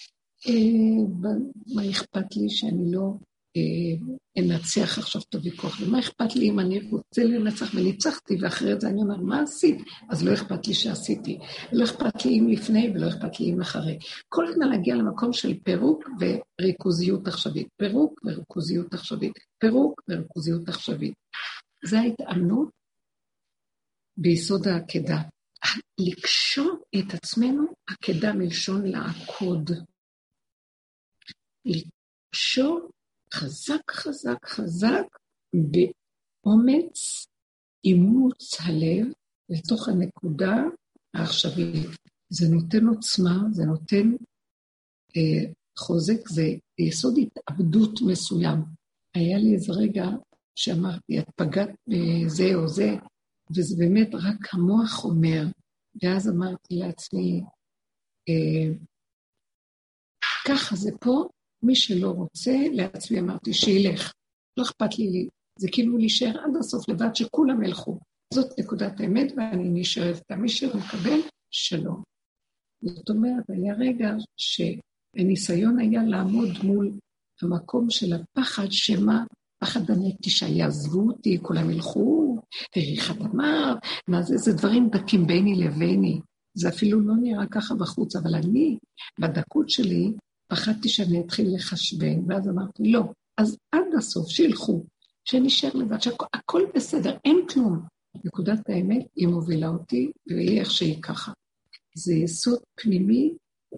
מה אכפת לי שאני לא אנצח עכשיו את הוויכוח? ומה אכפת לי אם אני רוצה לנצח וניצחתי, ואחרי זה אני אומר, מה עשית? אז לא אכפת לי שעשיתי. לא אכפת לי אם לפני ולא אכפת לי אם אחרי. כל הזמן להגיע למקום של פירוק וריכוזיות עכשווית. פירוק וריכוזיות עכשווית. פירוק וריכוזיות עכשווית. זה ההתאמנות ביסוד העקדה. לקשור את עצמנו, עקדה מלשון לעקוד. לקשור חזק, חזק, חזק, באומץ, אימוץ הלב, לתוך הנקודה העכשווית. זה נותן עוצמה, זה נותן אה, חוזק, זה יסוד התאבדות מסוים. היה לי איזה רגע שאמרתי, את פגעת בזה או זה, וזה באמת רק המוח אומר, ואז אמרתי לעצמי, אה, ככה זה פה, מי שלא רוצה, לעצמי אמרתי שילך, לא אכפת לי, זה כאילו להישאר עד הסוף לבד שכולם ילכו. זאת נקודת האמת ואני נשארת איתה, מי שלא מקבל, שלא. זאת אומרת, היה רגע שהניסיון היה לעמוד מול המקום של הפחד, שמה פחד הנטי שיעזבו אותי, כולם ילכו, תריך אדמה, מה זה, זה דברים דקים ביני לביני, זה אפילו לא נראה ככה בחוץ, אבל אני, בדקות שלי, פחדתי שאני אתחיל לחשבן, ואז אמרתי, לא, אז עד הסוף, שילכו, שנשאר לבד, שהכל בסדר, אין כלום. נקודת האמת, היא מובילה אותי, והיא איך שהיא ככה. זה יסוד פנימי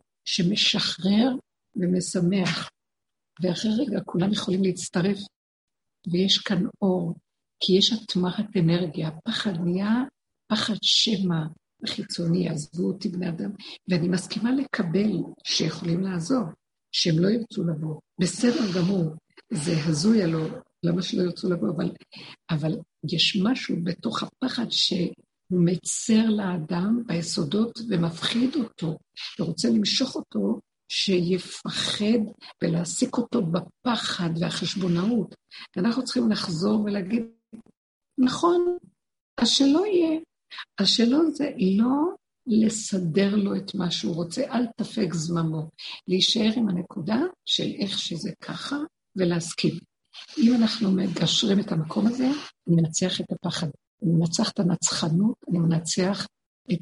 שמשחרר ומשמח, ואחרי רגע כולם יכולים להצטרף, ויש כאן אור, כי יש התמרת אנרגיה, פחד נהיה, פחד שמע, החיצוני, עזבו אותי בני אדם, ואני מסכימה לקבל שיכולים לעזור, שהם לא ירצו לבוא. בסדר גמור, זה הזוי עלו, למה שלא ירצו לבוא, אבל, אבל יש משהו בתוך הפחד שהוא מצר לאדם ביסודות ומפחיד אותו, ורוצה למשוך אותו שיפחד ולהסיק אותו בפחד והחשבונאות. ואנחנו צריכים לחזור ולהגיד, נכון, אז שלא יהיה. אז שלא זה לא לסדר לו את מה שהוא רוצה, אל תפק זממו, להישאר עם הנקודה של איך שזה ככה ולהסכים. אם אנחנו מגשרים את המקום הזה, אני מנצח את הפחד, אני מנצח את הנצחנות, אני מנצח את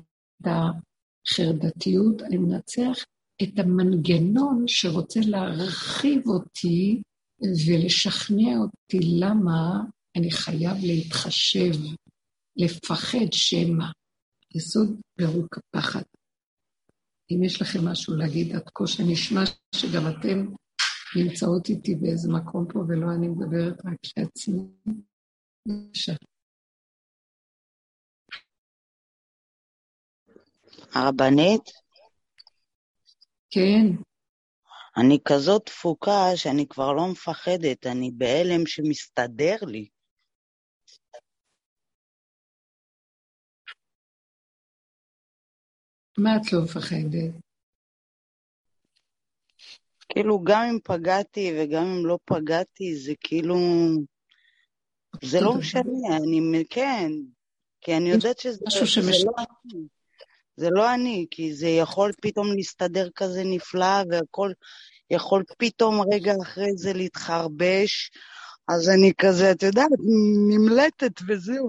החרדתיות, אני מנצח את המנגנון שרוצה להרחיב אותי ולשכנע אותי למה אני חייב להתחשב, לפחד שמה, יסוד פירוק הפחד. אם יש לכם משהו להגיד עד כה שנשמע שגם אתם נמצאות איתי באיזה מקום פה ולא אני מדברת רק לעצמי. בבקשה. הרבנית? כן. אני כזאת תפוקה שאני כבר לא מפחדת, אני בהלם שמסתדר לי. מה את לא מפחדת? כאילו גם אם פגעתי וגם אם לא פגעתי, זה כאילו, זה לא משנה, אני, כן, כי אני יודעת שזה זה לא אני, זה לא אני, כי זה יכול פתאום להסתדר כזה נפלא, והכל יכול פתאום רגע אחרי זה להתחרבש, אז אני כזה, את יודעת, נמלטת וזהו.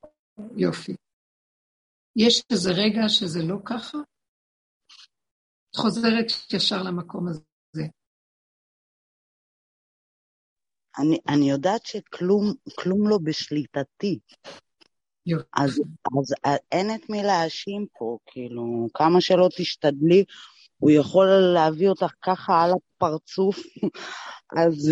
יופי. יש איזה רגע שזה לא ככה? חוזרת ישר למקום הזה. אני, אני יודעת שכלום כלום לא בשליטתי. אז, אז אין את מי להאשים פה, כאילו, כמה שלא תשתדלי, הוא יכול להביא אותך ככה על הפרצוף, אז...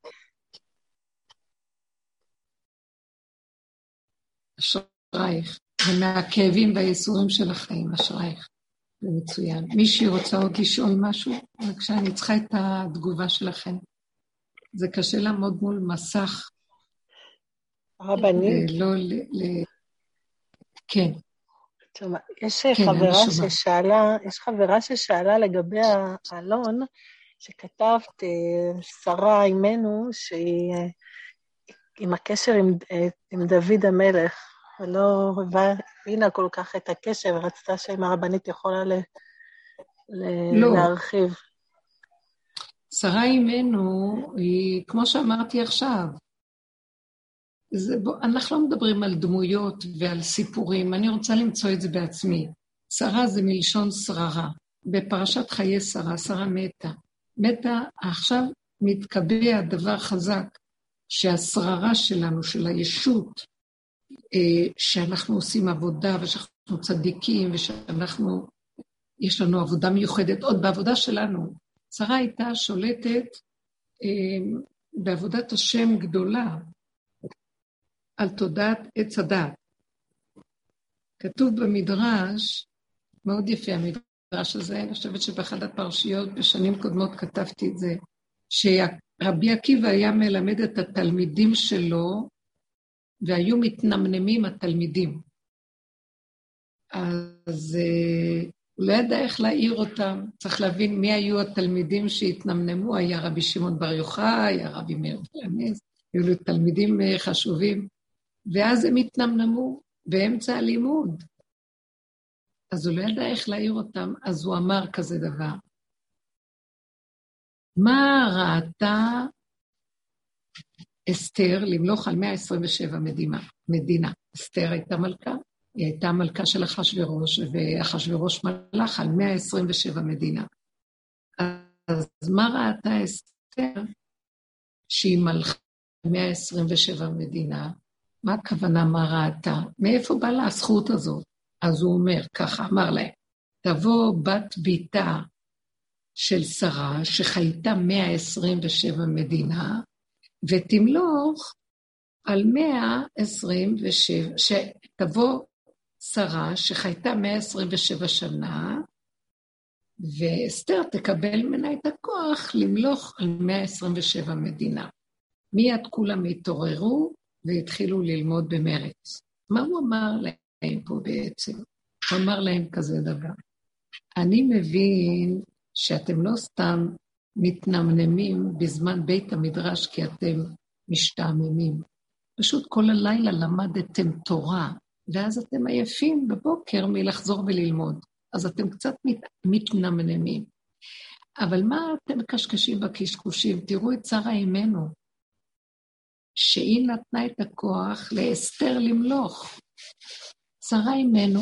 אשרייך, ומהכאבים והייסורים של החיים, אשרייך, זה מצוין. מישהי רוצה עוד לשאול משהו? בבקשה, אני צריכה את התגובה שלכם. זה קשה לעמוד מול מסך. רבנית? לא ל... ל... כן. יש חברה ששאלה, יש חברה ששאלה לגבי האלון, שכתבת, שרה אימנו, שהיא עם הקשר עם, עם דוד המלך, ולא הבינה כל כך את הקשר, ורצתה שאם הרבנית יכולה ל, ל, לא. להרחיב. שרה אימנו היא, כמו שאמרתי עכשיו, זה, בוא, אנחנו לא מדברים על דמויות ועל סיפורים, אני רוצה למצוא את זה בעצמי. שרה זה מלשון שררה. בפרשת חיי שרה, שרה מתה. מתה, עכשיו מתקבע דבר חזק, שהשררה שלנו, של הישות, אה, שאנחנו עושים עבודה ושאנחנו צדיקים ושאנחנו, יש לנו עבודה מיוחדת, עוד בעבודה שלנו. שרה הייתה שולטת אה, בעבודת השם גדולה, על תודעת עץ הדת. כתוב במדרש, מאוד יפה המדרש הזה, אני חושבת שבאחד הפרשיות בשנים קודמות כתבתי את זה, שרבי עקיבא היה מלמד את התלמידים שלו, והיו מתנמנמים התלמידים. אז הוא לא ידע איך להעיר אותם, צריך להבין מי היו התלמידים שהתנמנמו, היה רבי שמעון בר יוחאי, היה רבי מאיר פלמס, היו לו תלמידים חשובים, ואז הם התנמנמו באמצע הלימוד. אז הוא לא ידע איך להעיר אותם, אז הוא אמר כזה דבר. מה ראתה אסתר למלוך על מאה עשרים ושבע מדינה? מדינה. אסתר הייתה מלכה, היא הייתה מלכה של אחשוורוש, ואחשוורוש מלך על מאה עשרים ושבע מדינה. אז מה ראתה אסתר שהיא מלכה על מאה עשרים ושבע מדינה? מה הכוונה מה ראתה? מאיפה באה לה הזכות הזאת? אז הוא אומר, ככה אמר להם, תבוא בת ביתה של שרה, שחייתה מאה עשרים ושבע מדינה, ותמלוך על מאה עשרים ושבע, שתבוא שרה, שחייתה מאה עשרים ושבע שנה, ואסתר תקבל ממנה את הכוח למלוך על מאה עשרים ושבע מדינה. מיד כולם התעוררו, והתחילו ללמוד במרץ. מה הוא אמר להם פה בעצם? הוא אמר להם כזה דבר. אני מבין שאתם לא סתם מתנמנמים בזמן בית המדרש, כי אתם משתעממים. פשוט כל הלילה למדתם תורה, ואז אתם עייפים בבוקר מלחזור וללמוד. אז אתם קצת מת, מתנמנמים. אבל מה אתם קשקשים בקשקושים? תראו את שרה אימנו. שהיא נתנה את הכוח לאסתר למלוך. שרה אימנו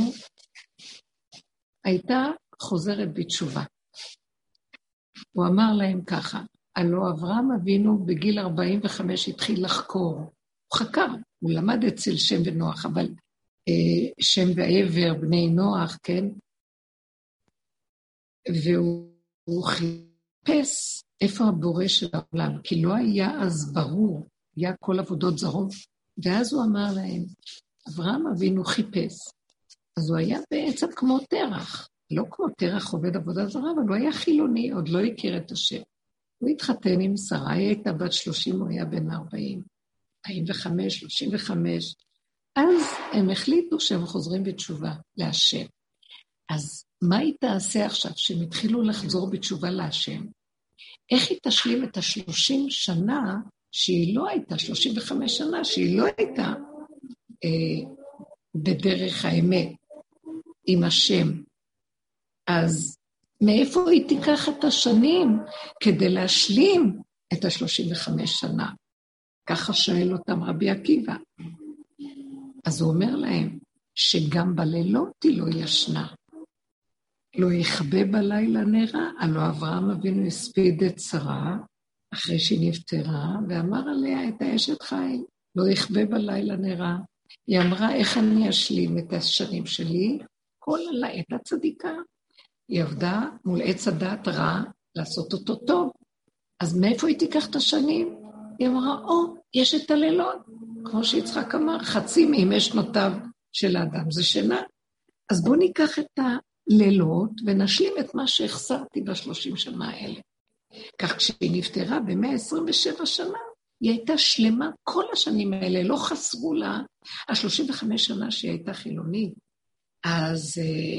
הייתה חוזרת בתשובה. הוא אמר להם ככה, הלא אברהם אבינו בגיל ארבעים וחמש התחיל לחקור. הוא חקר, הוא למד אצל שם ונוח, אבל אה, שם ועבר, בני נוח, כן? והוא חיפש איפה הבורא של העולם, כי לא היה אז ברור, היה כל עבודות זרות, ואז הוא אמר להם, אברהם אבינו חיפש, אז הוא היה בעצם כמו תרח, לא כמו תרח עובד עבודה זרה, אבל הוא היה חילוני, עוד לא הכיר את השם. הוא התחתן עם שרה, היא הייתה בת שלושים, הוא היה בן ארבעים, ארבעים וחמש, שלושים וחמש, אז הם החליטו שהם חוזרים בתשובה להשם. אז מה היא תעשה עכשיו, שהם התחילו לחזור בתשובה להשם? איך היא תשלים את השלושים שנה, שהיא לא הייתה, שלושים וחמש שנה, שהיא לא הייתה אה, בדרך האמת עם השם. אז מאיפה היא תיקח את השנים כדי להשלים את השלושים וחמש שנה? ככה שואל אותם רבי עקיבא. אז הוא אומר להם שגם בלילות היא לא ישנה. לא יכבה בלילה נרה, הלא אברהם אבינו הספיד את שרה, אחרי שהיא נפטרה, ואמר עליה את האשת חיל, לא יכבה בלילה נרה. היא אמרה, איך אני אשלים את השנים שלי? כל הלילה, הייתה צדיקה. היא עבדה מול עץ הדת רע, לעשות אותו טוב. אז מאיפה היא תיקח את השנים? היא אמרה, או, יש את הלילות. כמו שיצחק אמר, חצי מימי שנותיו של האדם, זה שינה. אז בואו ניקח את הלילות, ונשלים את מה שהחסרתי בשלושים שנה האלה. כך כשהיא נפטרה ב-מאה עשרים ושבע שנה, היא הייתה שלמה כל השנים האלה, לא חסרו לה, ה-שלושים וחמש שנה שהיא הייתה חילונית. אז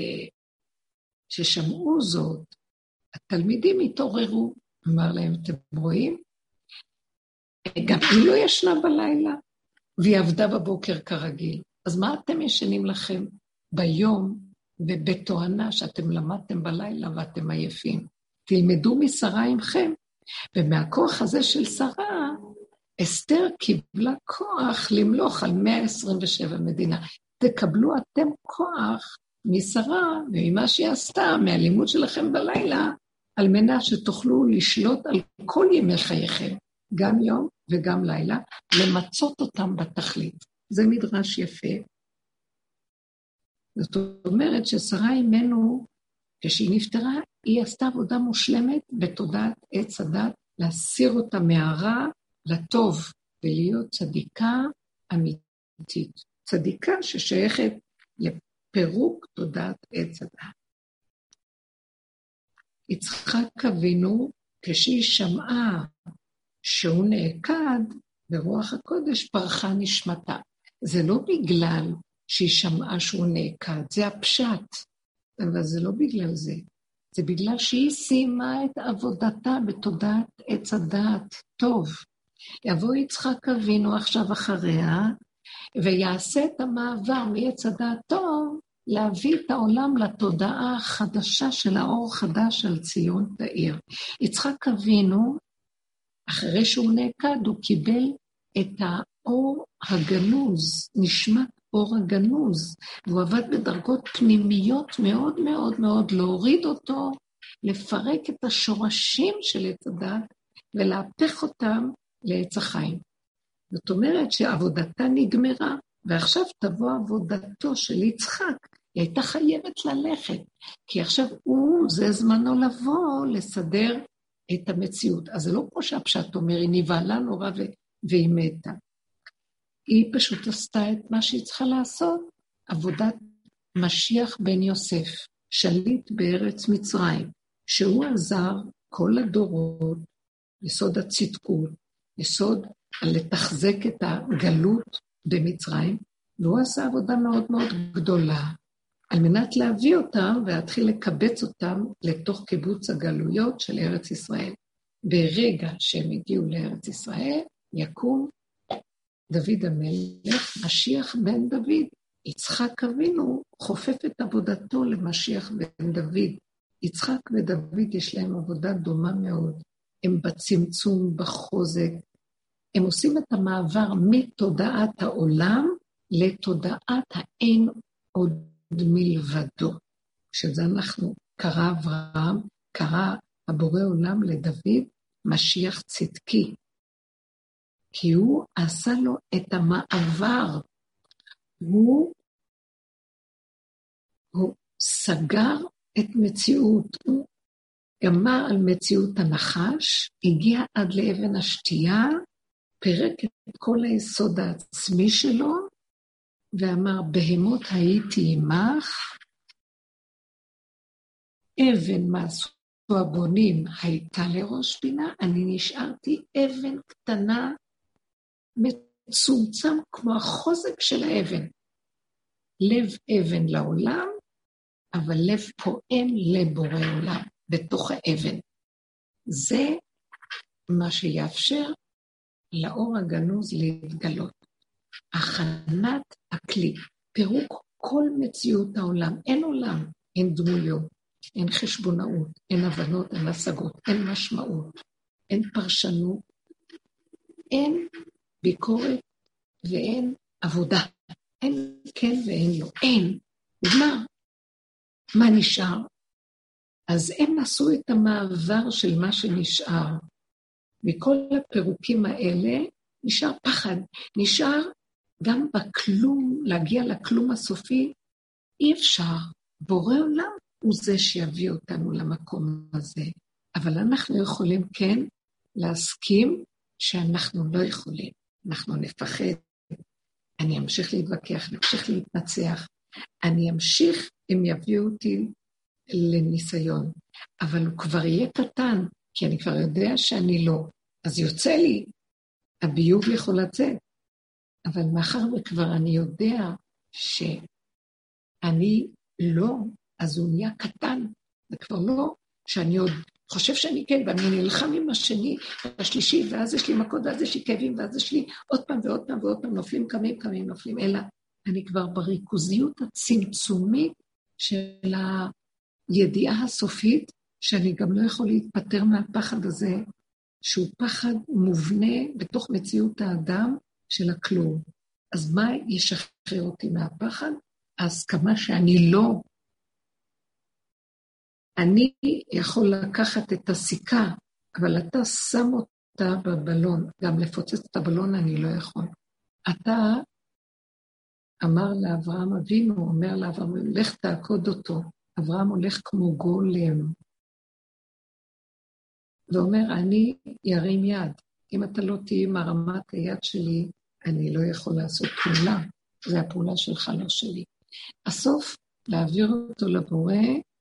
ששמעו זאת, התלמידים התעוררו, אמר להם, אתם רואים? גם היא לא ישנה בלילה, והיא עבדה בבוקר כרגיל. אז מה אתם ישנים לכם ביום ובתואנה שאתם למדתם בלילה ואתם עייפים? תלמדו משרה עמכם, ומהכוח הזה של שרה, אסתר קיבלה כוח למלוך על מאה עשרים ושבע מדינה. תקבלו אתם כוח משרה, וממה שהיא עשתה, מהלימוד שלכם בלילה, על מנת שתוכלו לשלוט על כל ימי חייכם, גם יום וגם לילה, למצות אותם בתכלית. זה מדרש יפה. זאת אומרת ששרה אימנו, כשהיא נפטרה, היא עשתה עבודה מושלמת בתודעת עץ הדת, להסיר אותה מהרע לטוב, ולהיות צדיקה אמיתית. צדיקה ששייכת לפירוק תודעת עץ הדת. יצחק אבינו, כשהיא שמעה שהוא נעקד ברוח הקודש, פרחה נשמתה. זה לא בגלל שהיא שמעה שהוא נעקד, זה הפשט, אבל זה לא בגלל זה. זה בגלל שהיא סיימה את עבודתה בתודעת עץ הדעת טוב. יבוא יצחק אבינו עכשיו אחריה, ויעשה את המעבר מעץ הדעת טוב, להביא את העולם לתודעה החדשה של האור חדש על ציון תאיר. יצחק אבינו, אחרי שהוא נעקד, הוא קיבל את האור הגנוז, נשמת אור הגנוז, והוא עבד בדרגות פנימיות מאוד מאוד מאוד, להוריד אותו, לפרק את השורשים של עץ הדת, ולהפך אותם לעץ החיים. זאת אומרת שעבודתה נגמרה, ועכשיו תבוא עבודתו של יצחק, היא הייתה חייבת ללכת, כי עכשיו הוא, זה זמנו לבוא, לסדר את המציאות. אז זה לא כמו שהפשט אומר, היא נבהלה נורא ו... והיא מתה. היא פשוט עשתה את מה שהיא צריכה לעשות, עבודת משיח בן יוסף, שליט בארץ מצרים, שהוא עזר כל הדורות, יסוד הצדקות, יסוד לתחזק את הגלות במצרים, והוא עשה עבודה מאוד מאוד גדולה, על מנת להביא אותם ולהתחיל לקבץ אותם לתוך קיבוץ הגלויות של ארץ ישראל. ברגע שהם הגיעו לארץ ישראל, יקום דוד המלך, משיח בן דוד. יצחק אבינו חופף את עבודתו למשיח בן דוד. יצחק ודוד יש להם עבודה דומה מאוד. הם בצמצום, בחוזק. הם עושים את המעבר מתודעת העולם לתודעת האין עוד מלבדו. שזה אנחנו, קרא אברהם, קרא הבורא עולם לדוד, משיח צדקי. כי הוא עשה לו את המעבר. הוא, הוא סגר את מציאות. הוא גמר על מציאות הנחש, הגיע עד לאבן השתייה, פירק את כל היסוד העצמי שלו, ואמר, בהמות הייתי עמך, אבן מעשו הבונים הייתה לראש פינה, אני נשארתי אבן קטנה, מצומצם כמו החוזק של האבן. לב אבן לעולם, אבל לב פועם לבורא עולם, בתוך האבן. זה מה שיאפשר לאור הגנוז להתגלות. הכנת הכלי, פירוק כל מציאות העולם. אין עולם, אין דמויות, אין חשבונאות, אין הבנות, אין השגות, אין משמעות, אין פרשנות, אין ביקורת ואין עבודה. אין כן ואין לא. אין. מה? מה נשאר? אז הם עשו את המעבר של מה שנשאר. מכל הפירוקים האלה נשאר פחד, נשאר גם בכלום, להגיע לכלום הסופי, אי אפשר. בורא עולם הוא זה שיביא אותנו למקום הזה. אבל אנחנו יכולים כן להסכים שאנחנו לא יכולים. אנחנו נפחד, אני אמשיך להתווכח, אני אמשיך להתנצח, אני אמשיך אם יביאו אותי לניסיון. אבל הוא כבר יהיה קטן, כי אני כבר יודע שאני לא. אז יוצא לי, הביוב יכול לצאת. אבל מאחר וכבר אני יודע שאני לא, אז הוא נהיה קטן. זה כבר לא שאני עוד חושב שאני כן, ואני נלחם עם השני, השלישי, ואז יש לי מכות, ואז יש לי כאבים, ואז יש לי עוד פעם ועוד פעם ועוד פעם, נופלים קמים, קמים, נופלים, אלא אני כבר בריכוזיות הצמצומית של הידיעה הסופית, שאני גם לא יכול להתפטר מהפחד הזה, שהוא פחד מובנה בתוך מציאות האדם של הכלום. אז מה ישחרר אותי מהפחד? ההסכמה שאני לא. אני יכול לקחת את הסיכה, אבל אתה שם אותה בבלון, גם לפוצץ את הבלון אני לא יכול. אתה אמר לאברהם אבינו, אומר לאברהם, לך תעקוד אותו. אברהם הולך כמו גולם. ואומר, אני ירים יד. אם אתה לא תהיה מרמת היד שלי, אני לא יכול לעשות פעולה. זה הפעולה שלך, לא שלי. הסוף, להעביר אותו לבורא,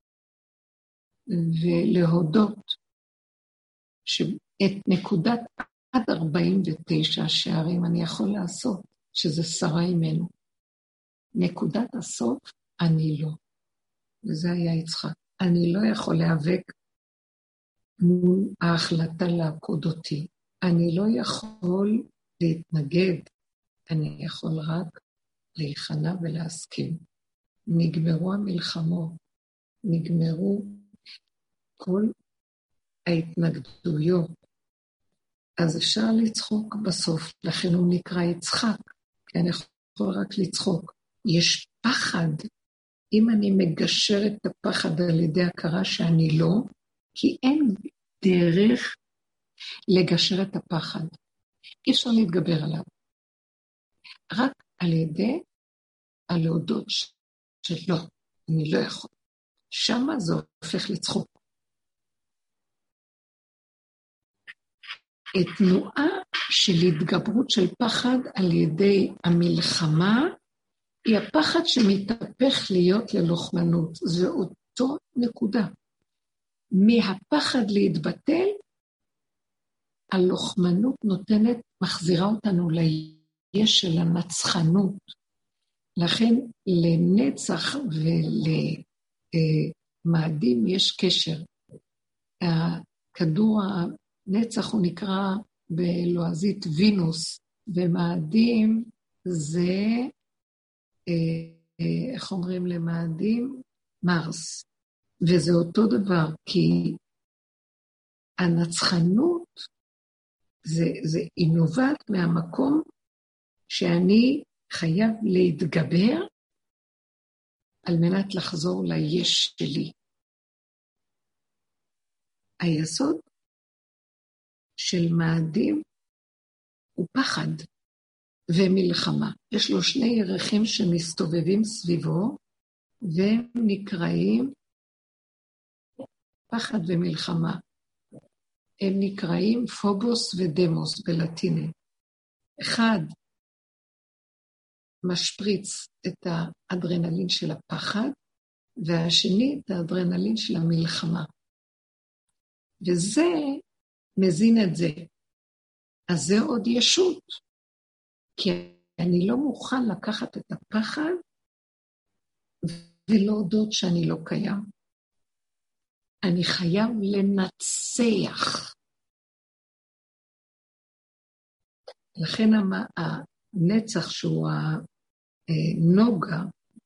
ולהודות שאת נקודת עד ארבעים ותשע שערים אני יכול לעשות, שזה שרה ממנו. נקודת הסוף, אני לא. וזה היה יצחק. אני לא יכול להיאבק מול ההחלטה לעקוד אותי. אני לא יכול להתנגד. אני יכול רק להיכנע ולהסכים. נגמרו המלחמות. נגמרו כל ההתנגדויות. אז אפשר לצחוק בסוף. לכן הוא נקרא יצחק. כי אני יכול רק לצחוק. יש פחד. אם אני מגשר את הפחד על ידי הכרה שאני לא, כי אין דרך לגשר את הפחד. אי אפשר להתגבר עליו. רק על ידי הלהודות שלא, אני לא יכול. שמה זה הופך לצחוק. תנועה של התגברות של פחד על ידי המלחמה, היא הפחד שמתהפך להיות ללוחמנות. זה אותו נקודה. מהפחד להתבטל, הלוחמנות נותנת, מחזירה אותנו ליש של הנצחנות. לכן לנצח ולמאדים יש קשר. הכדור הנצח הוא נקרא בלועזית וינוס, ומאדים זה, איך אומרים למאדים? מרס. וזה אותו דבר, כי הנצחנות זה, זה היא נובעת מהמקום שאני חייב להתגבר על מנת לחזור ליש שלי. היסוד של מאדים הוא פחד ומלחמה. יש לו שני ירחים שמסתובבים סביבו, והם נקראים פחד ומלחמה. הם נקראים פובוס ודמוס בלטינית. אחד משפריץ את האדרנלין של הפחד, והשני את האדרנלין של המלחמה. וזה מזין את זה. אז זה עוד ישות. כי אני לא מוכן לקחת את הפחד ולהודות שאני לא קיים. אני חייב לנצח. לכן הנצח שהוא הנוגה,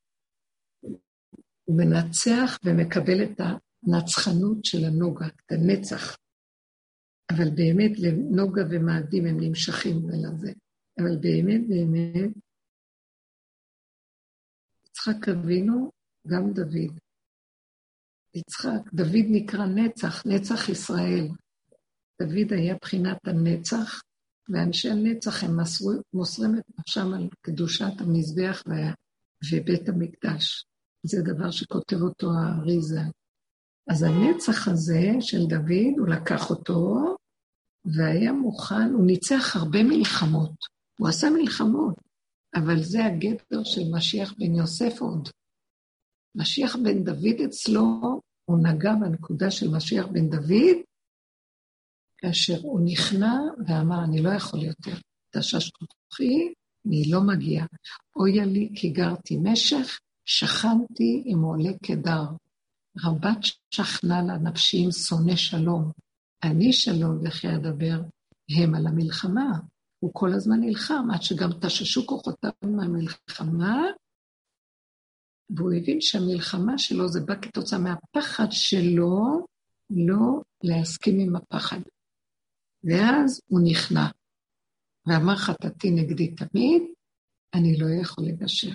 הוא מנצח ומקבל את הנצחנות של הנוגה, את הנצח. אבל באמת לנוגה ומאדים הם נמשכים ולזה. אבל באמת, באמת, יצחק אבינו, גם דוד, יצחק, דוד נקרא נצח, נצח ישראל. דוד היה בחינת הנצח, ואנשי הנצח הם מסרו, מוסרים את נפשם על קדושת המזבח ובית המקדש. זה דבר שכותב אותו האריזה. אז הנצח הזה של דוד, הוא לקח אותו, והיה מוכן, הוא ניצח הרבה מלחמות. הוא עשה מלחמות, אבל זה הגדר של משיח בן יוסף עוד. משיח בן דוד אצלו, הוא נגע בנקודה של משיח בן דוד, כאשר הוא נכנע ואמר, אני לא יכול יותר. תשש כוחי, אני לא מגיע. אויה לי כי גרתי משך, שכנתי עם עולה כדר. רבת שכנה לה נפשי עם שונא שלום. אני שלום וכי אדבר, הם על המלחמה. הוא כל הזמן נלחם, עד שגם תששו כוחותיו מהמלחמה, והוא הבין שהמלחמה שלו זה בא כתוצאה מהפחד שלו, לא להסכים עם הפחד. ואז הוא נכנע, ואמר חטאתי נגדי תמיד, אני לא יכול לגשר.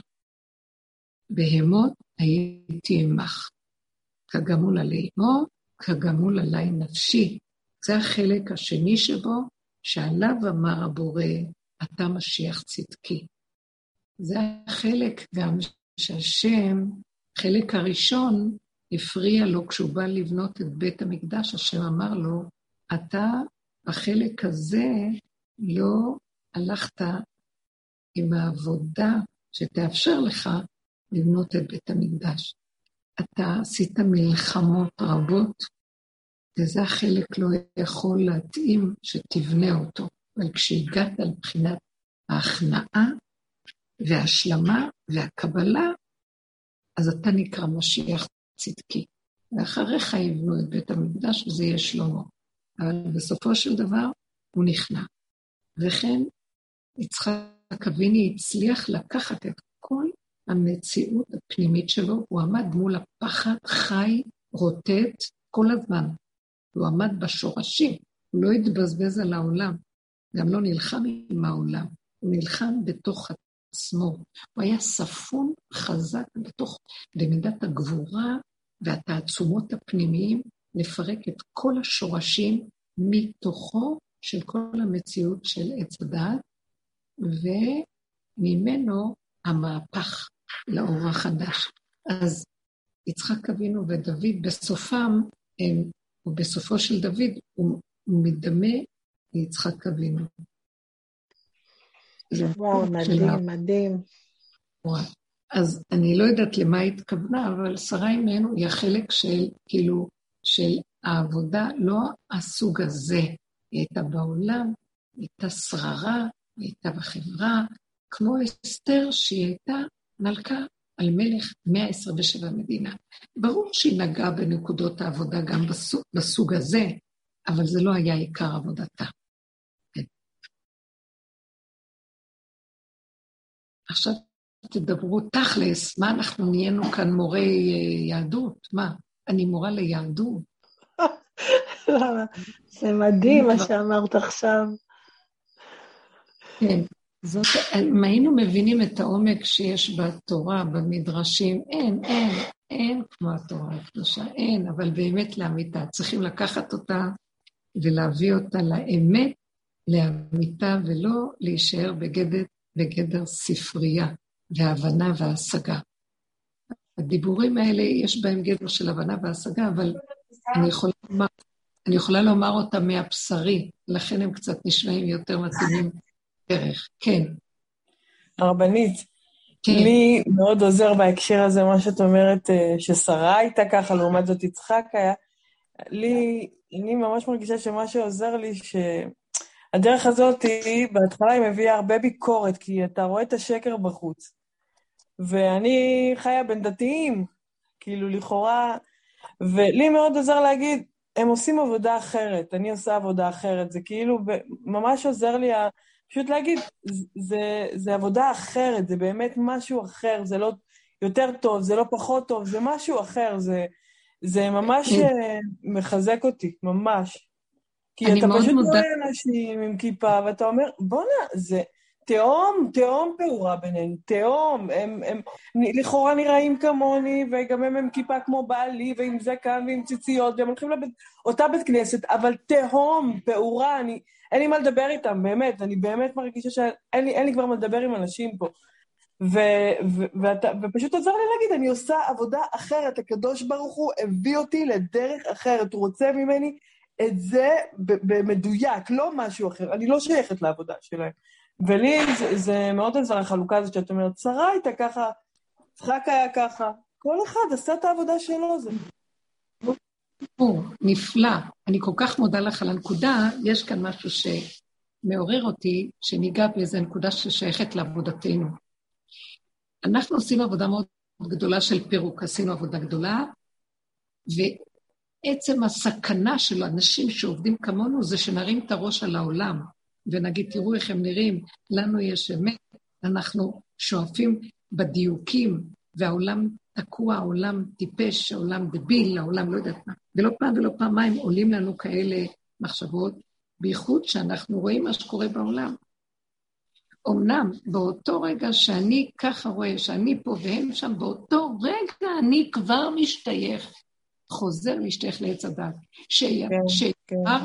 בהמות הייתי עמך, כגמול עלי אמו, כגמול עלי נפשי. זה החלק השני שבו, שעליו אמר הבורא, אתה משיח צדקי. זה החלק גם שהשם, חלק הראשון, הפריע לו כשהוא בא לבנות את בית המקדש, השם אמר לו, אתה בחלק הזה לא הלכת עם העבודה שתאפשר לך לבנות את בית המקדש. אתה עשית מלחמות רבות, וזה החלק לא יכול להתאים שתבנה אותו. אבל כשהגעת לבחינת ההכנעה וההשלמה והקבלה, אז אתה נקרא משיח צדקי. ואחריך יבנו את בית המקדש וזה יהיה שלמה. אבל בסופו של דבר הוא נכנע. וכן יצחק אבינו הצליח לקחת את כל המציאות הפנימית שלו, הוא עמד מול הפחד חי, רוטט כל הזמן. הוא עמד בשורשים, הוא לא התבזבז על העולם, גם לא נלחם עם העולם, הוא נלחם בתוך עצמו. הוא היה ספון חזק בתוך, במידת הגבורה והתעצומות הפנימיים, לפרק את כל השורשים מתוכו של כל המציאות של עץ הדעת, וממנו המהפך לאור החדש. אז יצחק אבינו ודוד בסופם, הם, ובסופו של דוד, הוא, הוא מדמה ליצחק אבינו. וואו, מדהים, מדהים. אז אני לא יודעת למה התכוונה, אבל שרה אימנו היא החלק של, כאילו, של העבודה, לא הסוג הזה. היא הייתה בעולם, היא הייתה שררה, היא הייתה בחברה, כמו אסתר שהיא הייתה מלכה על מלך מאה עשרים ושבע מדינה. ברור שהיא נגעה בנקודות העבודה גם בסוג, בסוג הזה, אבל זה לא היה עיקר עבודתה. כן. עכשיו תדברו תכלס, מה אנחנו נהיינו כאן מורי יהדות? מה? אני מורה ליהדות. זה מדהים מה שאמרת עכשיו. כן, זאת, אם היינו מבינים את העומק שיש בתורה, במדרשים, אין, אין, אין כמו התורה הקדושה, אין, אבל באמת לאמיתה, צריכים לקחת אותה ולהביא אותה לאמת, לאמיתה, ולא להישאר בגדר, בגדר ספרייה, והבנה והשגה. הדיבורים האלה, יש בהם גדר של הבנה והשגה, אבל אני יכולה לומר, אני יכולה לומר אותם מהבשרי, לכן הם קצת נשמעים יותר מתאימים דרך. כן. הרבנית, כן. לי מאוד עוזר בהקשר הזה, מה שאת אומרת, ששרה הייתה ככה, לעומת זאת יצחק היה, לי, אני ממש מרגישה שמה שעוזר לי, שהדרך הזאת היא, בהתחלה היא מביאה הרבה ביקורת, כי אתה רואה את השקר בחוץ. ואני חיה בין דתיים, כאילו לכאורה, ולי מאוד עוזר להגיד, הם עושים עבודה אחרת, אני עושה עבודה אחרת, זה כאילו ממש עוזר לי פשוט להגיד, זה, זה עבודה אחרת, זה באמת משהו אחר, זה לא יותר טוב, זה לא פחות טוב, זה משהו אחר, זה, זה ממש מחזק אותי, ממש. כי אתה פשוט רואה אנשים עם כיפה, ואתה אומר, בוא נה, זה, תאום, תאום פעורה בינינו, תאום, הם, הם לכאורה נראים כמוני, וגם הם הם כיפה כמו בעלי, ועם זה כאן, ועם ציציות, והם הולכים לבית, אותה בית כנסת, אבל תאום, פעורה, אני, אין לי מה לדבר איתם, באמת, אני באמת מרגישה שאין לי, אין לי כבר מה לדבר עם אנשים פה, ו, ו, ואתה, ופשוט עוזר לי להגיד, אני עושה עבודה אחרת, הקדוש ברוך הוא הביא אותי לדרך אחרת, הוא רוצה ממני את זה במדויק, לא משהו אחר, אני לא שייכת לעבודה שלהם. ולי זה, זה מאוד עזר החלוקה הזאת שאת אומרת, שרה הייתה ככה, צחק היה ככה, כל אחד עשה את העבודה שלו. זה או, נפלא, אני כל כך מודה לך על הנקודה, יש כאן משהו שמעורר אותי, שניגע באיזו נקודה ששייכת לעבודתנו. אנחנו עשינו עבודה מאוד גדולה של פירוק, עשינו עבודה גדולה, ועצם הסכנה של אנשים שעובדים כמונו, זה שנרים את הראש על העולם, ונגיד, תראו איך הם נראים, לנו יש אמת, אנחנו שואפים בדיוקים, והעולם תקוע, העולם טיפש, העולם דביל, העולם לא יודעת מה. ולא פעם ולא פעמיים עולים לנו כאלה מחשבות, בייחוד שאנחנו רואים מה שקורה בעולם. אמנם, באותו רגע שאני ככה רואה, שאני פה והם שם, באותו רגע אני כבר משתייך, חוזר משתייך לעץ הדת, שיהיה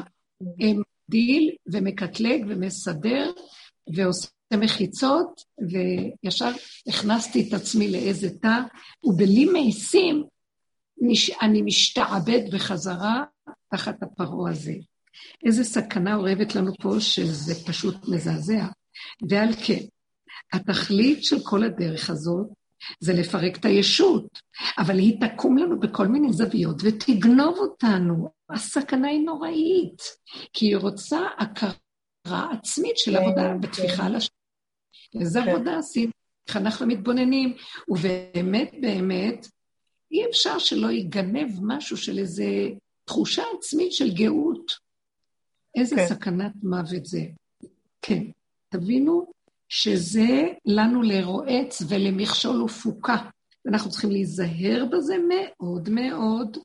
דיל ומקטלג ומסדר ועושה מחיצות, וישר הכנסתי את עצמי לאיזה תא, ובלי מעישים אני משתעבד בחזרה תחת הפרעה הזה. איזה סכנה אורבת לנו פה שזה פשוט מזעזע. ועל כן, התכלית של כל הדרך הזאת זה לפרק את הישות, אבל היא תקום לנו בכל מיני זוויות ותגנוב אותנו. הסכנה היא נוראית, כי היא רוצה הכרה עצמית של עבודה בתפיחה על השם. איזו עבודה עשינו, איך אנחנו מתבוננים, ובאמת באמת אי אפשר שלא ייגנב משהו של איזו תחושה עצמית של גאות. איזה סכנת מוות זה. כן, תבינו שזה לנו לרועץ ולמכשול ופוקה, ואנחנו צריכים להיזהר בזה מאוד מאוד.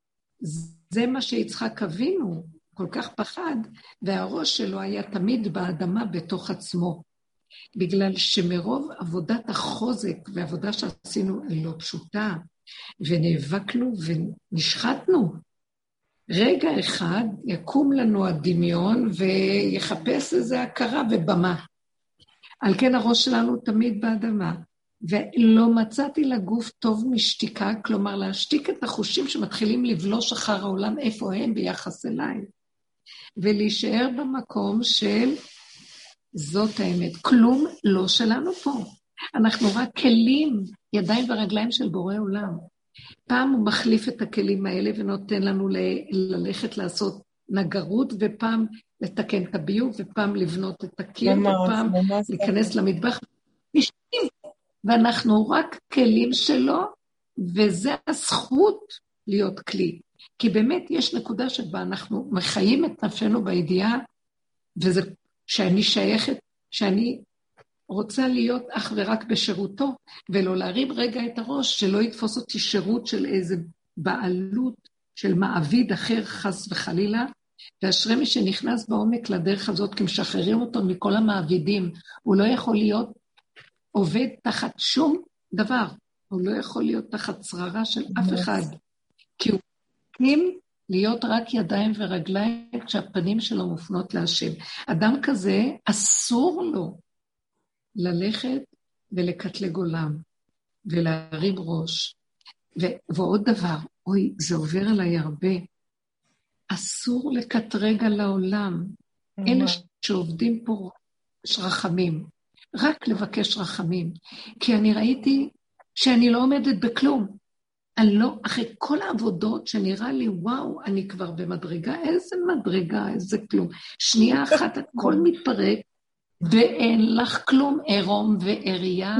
זה מה שיצחק אבינו כל כך פחד, והראש שלו היה תמיד באדמה בתוך עצמו, בגלל שמרוב עבודת החוזק ועבודה שעשינו לא פשוטה, ונאבקנו ונשחטנו, רגע אחד יקום לנו הדמיון ויחפש איזו הכרה ובמה. על כן הראש שלנו תמיד באדמה, ולא מצאתי לגוף טוב משתיקה, כלומר להשתיק את החושים שמתחילים לבלוש אחר העולם, איפה הם ביחס אליי, ולהישאר במקום של זאת האמת. כלום לא שלנו פה. אנחנו רק כלים, ידיים ורגליים של בורא עולם. פעם הוא מחליף את הכלים האלה ונותן לנו ל- ללכת לעשות נגרות, ופעם לתקן את הביוב, ופעם לבנות את הקיר, ופעם להיכנס למטבח. משתים. ואנחנו רק כלים שלו, וזה הזכות להיות כלי. כי באמת יש נקודה שבה אנחנו מחיים את נפשנו בידיעה, וזה שאני שייכת, שאני רוצה להיות אך ורק בשירותו, ולא להרים רגע את הראש, שלא יתפוס אותי שירות של איזה בעלות, של מעביד אחר חס וחלילה, ואשרי מי שנכנס בעומק לדרך הזאת, כי משחררים אותו מכל המעבידים, הוא לא יכול להיות עובד תחת שום דבר, הוא לא יכול להיות תחת שררה של אף אחד, כי הוא מתאים להיות רק ידיים ורגליים, כשהפנים שלו מופנות להשם. אדם כזה אסור לו ללכת ולקטלג עולם, ולהרים ראש. ו- ועוד דבר, אוי, זה עובר עליי הרבה, אסור לקטרג על העולם. אלה שעובדים פה יש רחמים, רק לבקש רחמים, כי אני ראיתי שאני לא עומדת בכלום. אני לא, אחרי כל העבודות שנראה לי, וואו, אני כבר במדרגה, איזה מדרגה, איזה כלום. שנייה אחת, הכל מתפרק, ואין לך כלום, עירום ועירייה.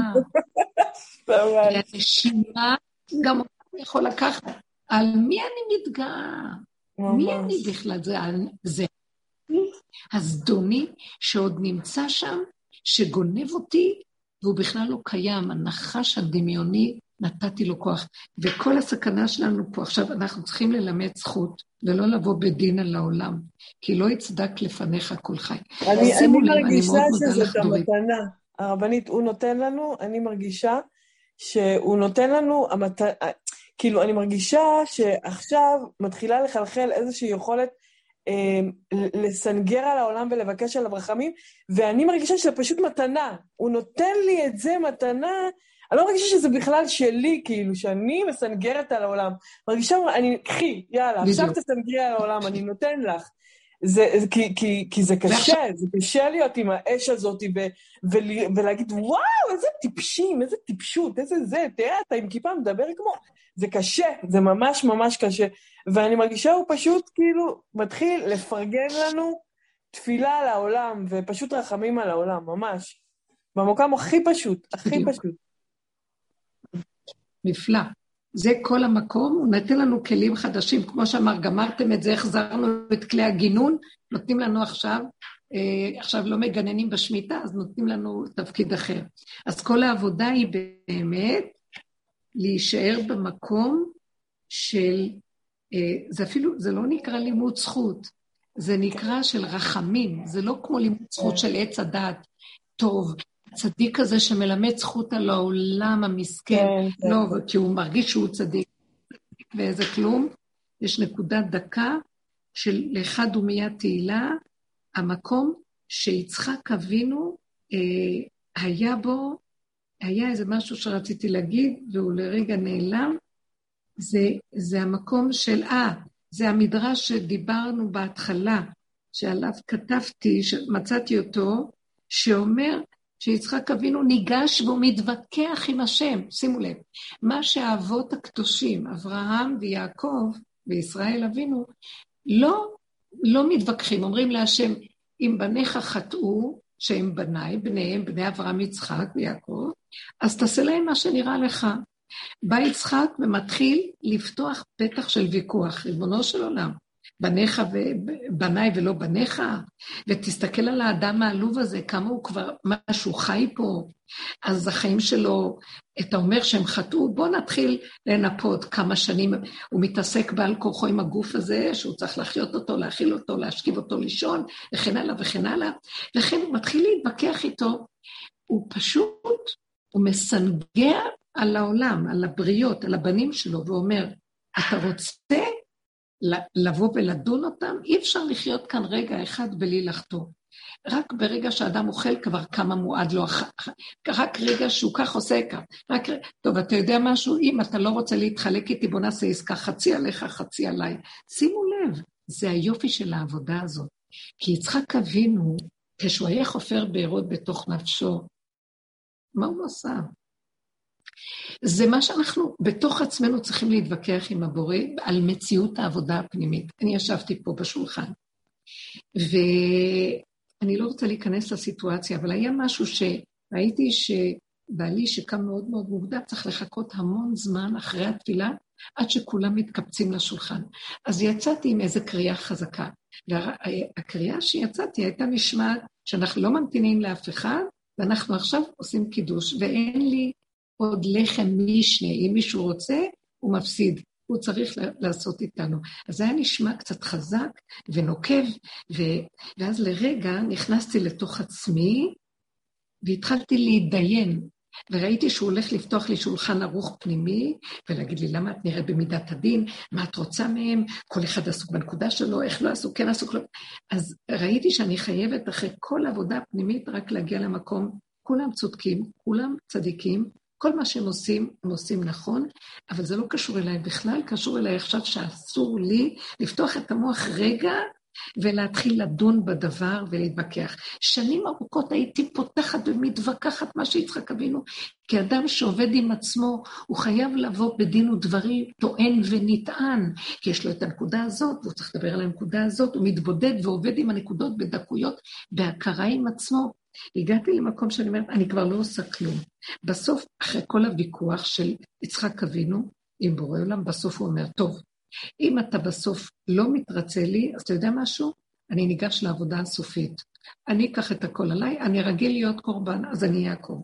והנשימה, גם אני יכול לקחת. על מי אני מתגאה? מי אני בכלל? זה, זה. הזדוני שעוד נמצא שם, שגונב אותי, והוא בכלל לא קיים, הנחש הדמיוני נתתי לו כוח. וכל הסכנה שלנו פה, עכשיו אנחנו צריכים ללמד זכות, ולא לבוא בדין על העולם, כי לא יצדק לפניך כל חי. אני, אני מרגישה שזאת המתנה. הרבנית, הוא נותן לנו, אני מרגישה שהוא נותן לנו, המת... כאילו, אני מרגישה שעכשיו מתחילה לחלחל איזושהי יכולת אה, לסנגר על העולם ולבקש עליו רחמים, ואני מרגישה שזה פשוט מתנה. הוא נותן לי את זה מתנה, אני לא מרגישה שזה בכלל שלי, כאילו, שאני מסנגרת על העולם. מרגישה, אני, קחי, יאללה, עכשיו תסנגרי על העולם, אני נותן לך. זה, כי, כי, כי זה קשה, זה קשה להיות עם האש הזאת, ו, ו, ולהגיד, וואו, איזה טיפשים, איזה טיפשות, איזה זה, תראה, אתה עם כיפה מדבר כמו, זה קשה, זה ממש ממש קשה, ואני מרגישה, הוא פשוט כאילו מתחיל לפרגן לנו תפילה על העולם, ופשוט רחמים על העולם, ממש. במקום הכי פשוט, הכי פשוט. נפלא. זה כל המקום, הוא נתן לנו כלים חדשים, כמו שאמר, גמרתם את זה, החזרנו את כלי הגינון, נותנים לנו עכשיו, אה, עכשיו לא מגננים בשמיטה, אז נותנים לנו תפקיד אחר. אז כל העבודה היא באמת להישאר במקום של, אה, זה אפילו, זה לא נקרא לימוד זכות, זה נקרא של רחמים, זה לא כמו לימוד זכות של עץ הדעת, טוב, צדיק הזה שמלמד זכות על העולם המסכן, לא, כי הוא מרגיש שהוא צדיק, ואיזה כלום, יש נקודה דקה של לאחד ומיד תהילה, המקום שיצחק אבינו אה, היה בו, היה איזה משהו שרציתי להגיד, והוא לרגע נעלם, זה, זה המקום של, אה, זה המדרש שדיברנו בהתחלה, שעליו כתבתי, מצאתי אותו, שאומר, שיצחק אבינו ניגש והוא מתווכח עם השם, שימו לב, מה שהאבות הקדושים, אברהם ויעקב וישראל אבינו, לא, לא מתווכחים, אומרים להשם, אם בניך חטאו, שהם בניי, בניהם, בני אברהם יצחק ויעקב, אז תעשה להם מה שנראה לך. בא יצחק ומתחיל לפתוח פתח של ויכוח, ריבונו של עולם, בניך ובניי ולא בניך, ותסתכל על האדם העלוב הזה, כמה הוא כבר משהו חי פה, אז החיים שלו, אתה אומר שהם חטאו, בוא נתחיל לנפות כמה שנים, הוא מתעסק בעל כוחו עם הגוף הזה, שהוא צריך להחיות אותו, להכיל אותו, להשכיב אותו לישון, וכן הלאה וכן הלאה, לכן הוא מתחיל להתווכח איתו, הוא פשוט, הוא מסנגר על העולם, על הבריות, על הבנים שלו, ואומר, אתה רוצה לבוא ולדון אותם, אי אפשר לחיות כאן רגע אחד בלי לחטוא. רק ברגע שאדם אוכל כבר כמה מועד לו, רק רגע שהוא כך עושה כך. רק, טוב, אתה יודע משהו? אם אתה לא רוצה להתחלק איתי, בוא נעשה עסקה, חצי עליך, חצי עליי. שימו לב, זה היופי של העבודה הזאת. כי יצחק אבינו, כשהוא היה חופר בארות בתוך נפשו, מה הוא עושה? זה מה שאנחנו בתוך עצמנו צריכים להתווכח עם הבורא על מציאות העבודה הפנימית. אני ישבתי פה בשולחן, ואני לא רוצה להיכנס לסיטואציה, אבל היה משהו שראיתי שבעלי שקם מאוד מאוד מוקדם, צריך לחכות המון זמן אחרי התפילה, עד שכולם מתקבצים לשולחן. אז יצאתי עם איזו קריאה חזקה, והקריאה שיצאתי הייתה נשמעת שאנחנו לא ממתינים לאף אחד, ואנחנו עכשיו עושים קידוש, ואין לי עוד לחם משנה, אם מישהו רוצה, הוא מפסיד, הוא צריך לעשות איתנו. אז זה היה נשמע קצת חזק ונוקב, ו... ואז לרגע נכנסתי לתוך עצמי, והתחלתי להתדיין, וראיתי שהוא הולך לפתוח לי שולחן ערוך פנימי, ולהגיד לי, למה את נראית במידת הדין, מה את רוצה מהם, כל אחד עסוק בנקודה שלו, איך לא עסוק, כן עסוק, לא. אז ראיתי שאני חייבת אחרי כל העבודה הפנימית, רק להגיע למקום, כולם צודקים, כולם צדיקים, כל מה שהם עושים, הם עושים נכון, אבל זה לא קשור אליי בכלל, קשור אליי עכשיו שאסור לי לפתוח את המוח רגע, ולהתחיל לדון בדבר ולהתווכח. שנים ארוכות הייתי פותחת ומתווכחת מה שיצחק אבינו, כי אדם שעובד עם עצמו, הוא חייב לבוא בדין ודברים, טוען ונטען, כי יש לו את הנקודה הזאת, והוא צריך לדבר על הנקודה הזאת, הוא מתבודד ועובד עם הנקודות בדקויות, בהכרה עם עצמו. הגעתי למקום שאני אומרת, אני כבר לא עושה כלום. בסוף, אחרי כל הוויכוח של יצחק אבינו, עם בורא עולם, בסוף הוא אומר, טוב, אם אתה בסוף לא מתרצה לי, אז אתה יודע משהו? אני ניגש לעבודה הסופית. אני אקח את הכל עליי, אני רגיל להיות קורבן, אז אני אהיה הקורבן.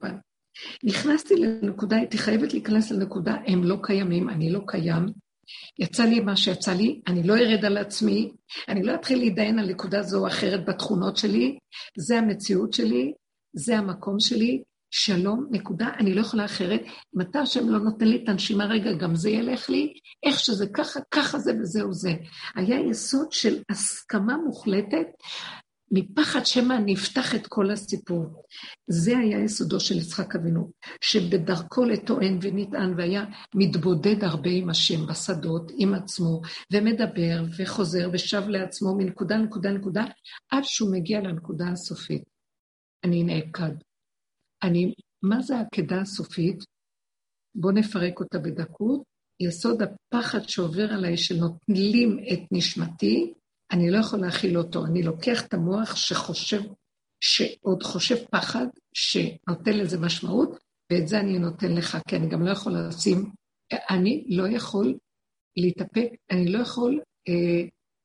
נכנסתי לנקודה, הייתי חייבת להיכנס לנקודה, הם לא קיימים, אני לא קיים, יצא לי מה שיצא לי, אני לא ארד על עצמי, אני לא אתחיל להידיין על נקודה זו או אחרת בתכונות שלי, זה המציאות שלי, זה המקום שלי, שלום, נקודה, אני לא יכולה אחרת, אם אתה השם לא נותן לי את הנשימה רגע, גם זה ילך לי, איך שזה ככה, ככה זה וזהו זה. היה יסוד של הסכמה מוחלטת, מפחד שמא נפתח את כל הסיפור. זה היה יסודו של יצחק אבינו, שבדרכו לטוען ונטען, והיה מתבודד הרבה עם השם בשדות, עם עצמו, ומדבר וחוזר ושב לעצמו מנקודה לנקודה לנקודה, עד שהוא מגיע לנקודה הסופית. אני נעקד. אני, מה זה העקדה הסופית? בואו נפרק אותה בדקות. יסוד הפחד שעובר עליי, שנוטלים את נשמתי, אני לא יכול להכיל אותו. אני לוקח את המוח שחושב, שעוד חושב פחד, שנותן לזה משמעות, ואת זה אני נותן לך, כי אני גם לא יכול לשים, אני לא יכול להתאפק, אני לא יכול, אה,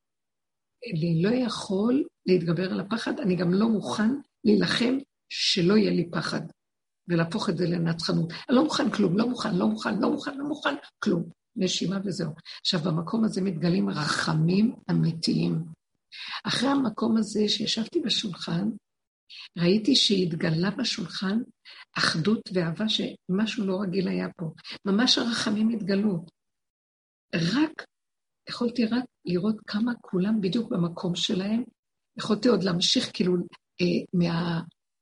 אני לא יכול להתגבר על הפחד, אני גם לא מוכן להילחם שלא יהיה לי פחד, ולהפוך את זה לנצחנות. אני לא מוכן כלום, לא מוכן, לא מוכן, לא מוכן, לא מוכן, כלום. נשימה וזהו. עכשיו, במקום הזה מתגלים רחמים אמיתיים. אחרי המקום הזה שישבתי בשולחן, ראיתי שהתגלה בשולחן אחדות ואהבה, שמשהו לא רגיל היה פה. ממש הרחמים התגלו. רק, יכולתי רק לראות כמה כולם בדיוק במקום שלהם, יכולתי עוד להמשיך כאילו אה, מה...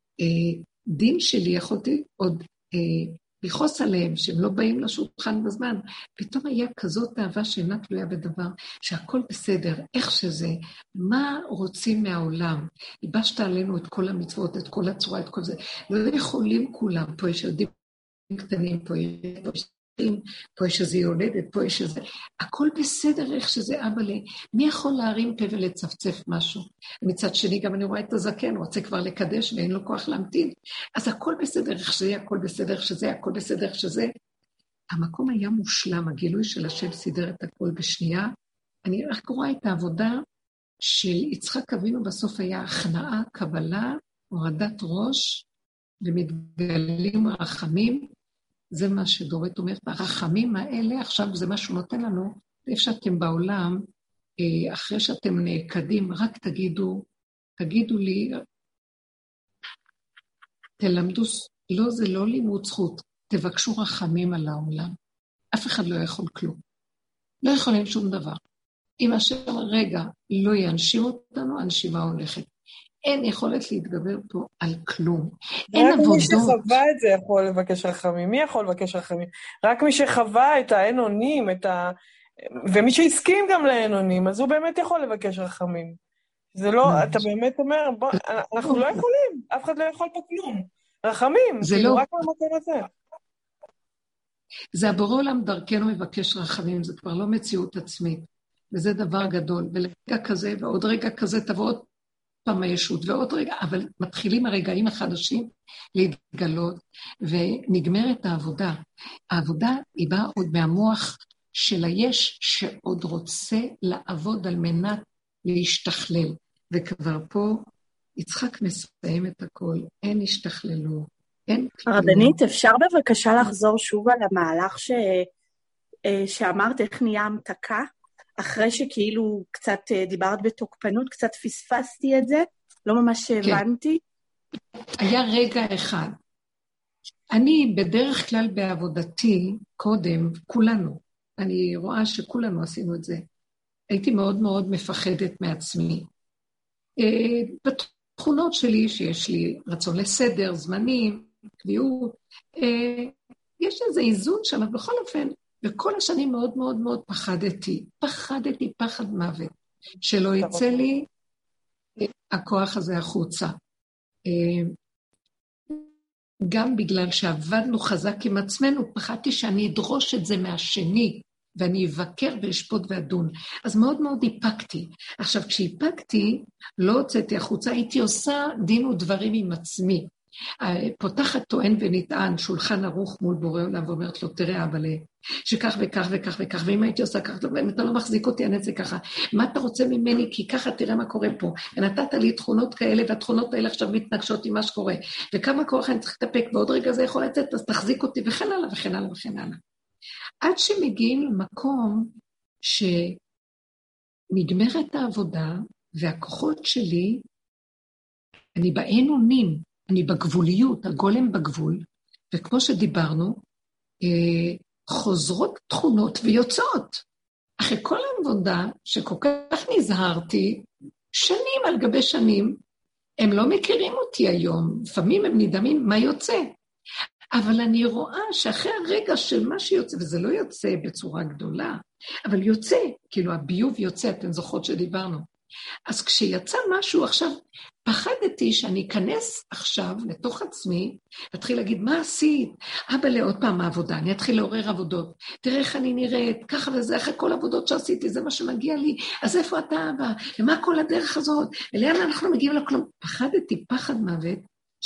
דין שלי, יכולתי עוד אה, לחוס עליהם, שהם לא באים לשולחן בזמן. פתאום היה כזאת אהבה שאינה תלויה בדבר, שהכל בסדר, איך שזה, מה רוצים מהעולם? ייבשת עלינו את כל המצוות, את כל הצורה, את כל זה. לא יכולים כולם, פה יש ילדים קטנים, פה יש פה יש איזה יולדת, פה יש איזה... הכל בסדר איך שזה אבא לי. מי יכול להרים פה ולצפצף משהו? מצד שני גם אני רואה את הזקן, רוצה כבר לקדש ואין לו כוח להמתין. אז הכל בסדר איך שזה, הכל בסדר איך שזה, הכל בסדר איך שזה. המקום היה מושלם, הגילוי של השם סידר את הכל בשנייה. אני רק רואה את העבודה של יצחק אבינו בסוף היה הכנעה, קבלה, הורדת ראש, ומתגלים רחמים, זה מה שדורית אומרת, הרחמים האלה, עכשיו זה מה שהוא נותן לנו, איפה שאתם בעולם, אחרי שאתם נעקדים, רק תגידו, תגידו לי, תלמדו, לא זה לא לימוד זכות, תבקשו רחמים על העולם. אף אחד לא יכול כלום. לא יכולים שום דבר. אם השם רגע לא ינשים אותנו, הנשימה הולכת. אין יכולת להתגבר פה על כלום. אין עבודות. רק מי שחווה את זה יכול לבקש רחמים. מי יכול לבקש רחמים? רק מי שחווה את האין אונים, את ה... ומי שהסכים גם לאין אונים, אז הוא באמת יכול לבקש רחמים. זה לא, אתה באמת אומר, בוא, אנחנו לא יכולים, אף אחד לא יכול פה כלום. רחמים, זה לא רק במקום הזה. זה הבורא עולם דרכנו מבקש רחמים, זה כבר לא מציאות עצמית. וזה דבר גדול. ולרגע כזה, ועוד רגע כזה תבוא עוד פעם הישות, ועוד רגע, אבל מתחילים הרגעים החדשים להתגלות, ונגמרת העבודה. העבודה היא באה עוד מהמוח של היש, שעוד רוצה לעבוד על מנת להשתכלל. וכבר פה יצחק מסיים את הכל, אין השתכללו, אין כלום. הרבנית, אפשר בבקשה לחזור שוב על המהלך ש... שאמרת איך נהיה המתקה? אחרי שכאילו קצת דיברת בתוקפנות, קצת פספסתי את זה, לא ממש הבנתי. כן. היה רגע אחד. אני בדרך כלל בעבודתי, קודם, כולנו, אני רואה שכולנו עשינו את זה, הייתי מאוד מאוד מפחדת מעצמי. בתכונות שלי, שיש לי רצון לסדר, זמנים, קביעות, יש איזה איזון שם, בכל אופן, וכל השנים מאוד מאוד מאוד פחדתי, פחדתי פחד מוות, שלא יצא לי הכוח הזה החוצה. גם בגלל שעבדנו חזק עם עצמנו, פחדתי שאני אדרוש את זה מהשני, ואני אבקר ואשפוט ואדון. אז מאוד מאוד איפקתי. עכשיו, כשאיפקתי, לא הוצאתי החוצה, הייתי עושה דין ודברים עם עצמי. פותחת טוען ונטען, שולחן ערוך מול בורא עולם, ואומרת לו, תראה אבא, שכך וכך וכך וכך, ואם הייתי עושה כך, ואם אתה לא מחזיק אותי, אני אעשה ככה, מה אתה רוצה ממני? כי ככה תראה מה קורה פה, ונתת לי תכונות כאלה, והתכונות האלה עכשיו מתנגשות עם מה שקורה, וכמה כוח אני צריך לטפק, ועוד רגע זה יכול לצאת, אז תחזיק אותי, וכן הלאה וכן הלאה וכן הלאה. עד שמגיעים למקום שנגמרת העבודה, והכוחות שלי, אני באין אונים, אני בגבוליות, הגולם בגבול, וכמו שדיברנו, חוזרות תכונות ויוצאות. אחרי כל העבודה שכל כך נזהרתי, שנים על גבי שנים, הם לא מכירים אותי היום, לפעמים הם נדמים מה יוצא. אבל אני רואה שאחרי הרגע של מה שיוצא, וזה לא יוצא בצורה גדולה, אבל יוצא, כאילו הביוב יוצא, אתן זוכרות שדיברנו. אז כשיצא משהו עכשיו, פחדתי שאני אכנס עכשיו לתוך עצמי, ואתחיל להגיד, מה עשית? אבא לעוד פעם העבודה, אני אתחיל לעורר עבודות, תראה איך אני נראית, ככה וזה, אחרי כל עבודות שעשיתי, זה מה שמגיע לי, אז איפה אתה אבא? ומה כל הדרך הזאת? ולאן אנחנו מגיעים לכלום? פחדתי פחד מוות,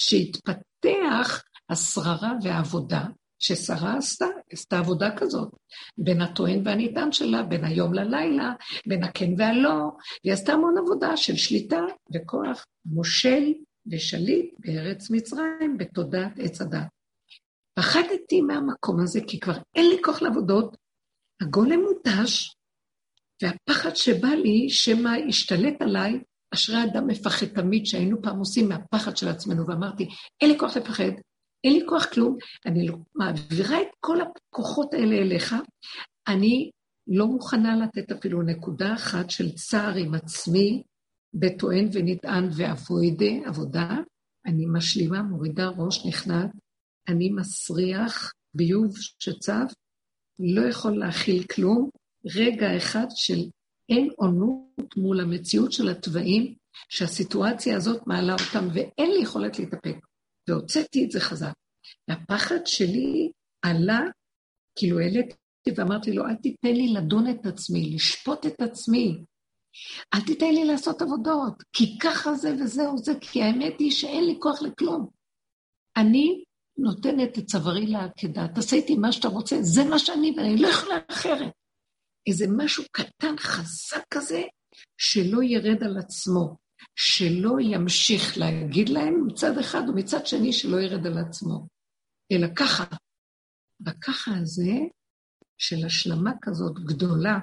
שהתפתח השררה והעבודה, ששרה עשתה, עשתה עבודה כזאת, בין הטוען והניתן שלה, בין היום ללילה, בין הכן והלא, היא עשתה המון עבודה של שליטה וכוח מושל ושליט בארץ מצרים, בתודעת עץ הדת. פחדתי מהמקום הזה, כי כבר אין לי כוח לעבודות, הגולם מותש, והפחד שבא לי, שמה השתלט עליי, אשרי אדם מפחד תמיד, שהיינו פעם עושים מהפחד של עצמנו, ואמרתי, אין לי כוח לפחד, אין לי כוח כלום, אני מעבירה את כל הכוחות האלה אליך, אני לא מוכנה לתת אפילו נקודה אחת של צער עם עצמי, בטוען ונטען ועבודה, עבודה, אני משלימה, מורידה ראש, נכנעת, אני מסריח ביוב שצף, לא יכול להכיל כלום, רגע אחד של אין עונות מול המציאות של הטבעים, שהסיטואציה הזאת מעלה אותם, ואין לי יכולת להתאפק. והוצאתי את זה חזק. והפחד שלי עלה, כאילו העליתי ואמרתי לו, אל תיתן לי לדון את עצמי, לשפוט את עצמי. אל תיתן לי לעשות עבודות, כי ככה זה וזהו זה, כי האמת היא שאין לי כוח לכלום. אני נותנת את צווארי לעקדה, תעשה איתי מה שאתה רוצה, זה מה שאני, ואני לא יכולה אחרת. איזה משהו קטן חזק כזה, שלא ירד על עצמו. שלא ימשיך להגיד להם מצד אחד ומצד שני שלא ירד על עצמו. אלא ככה, בככה הזה של השלמה כזאת גדולה,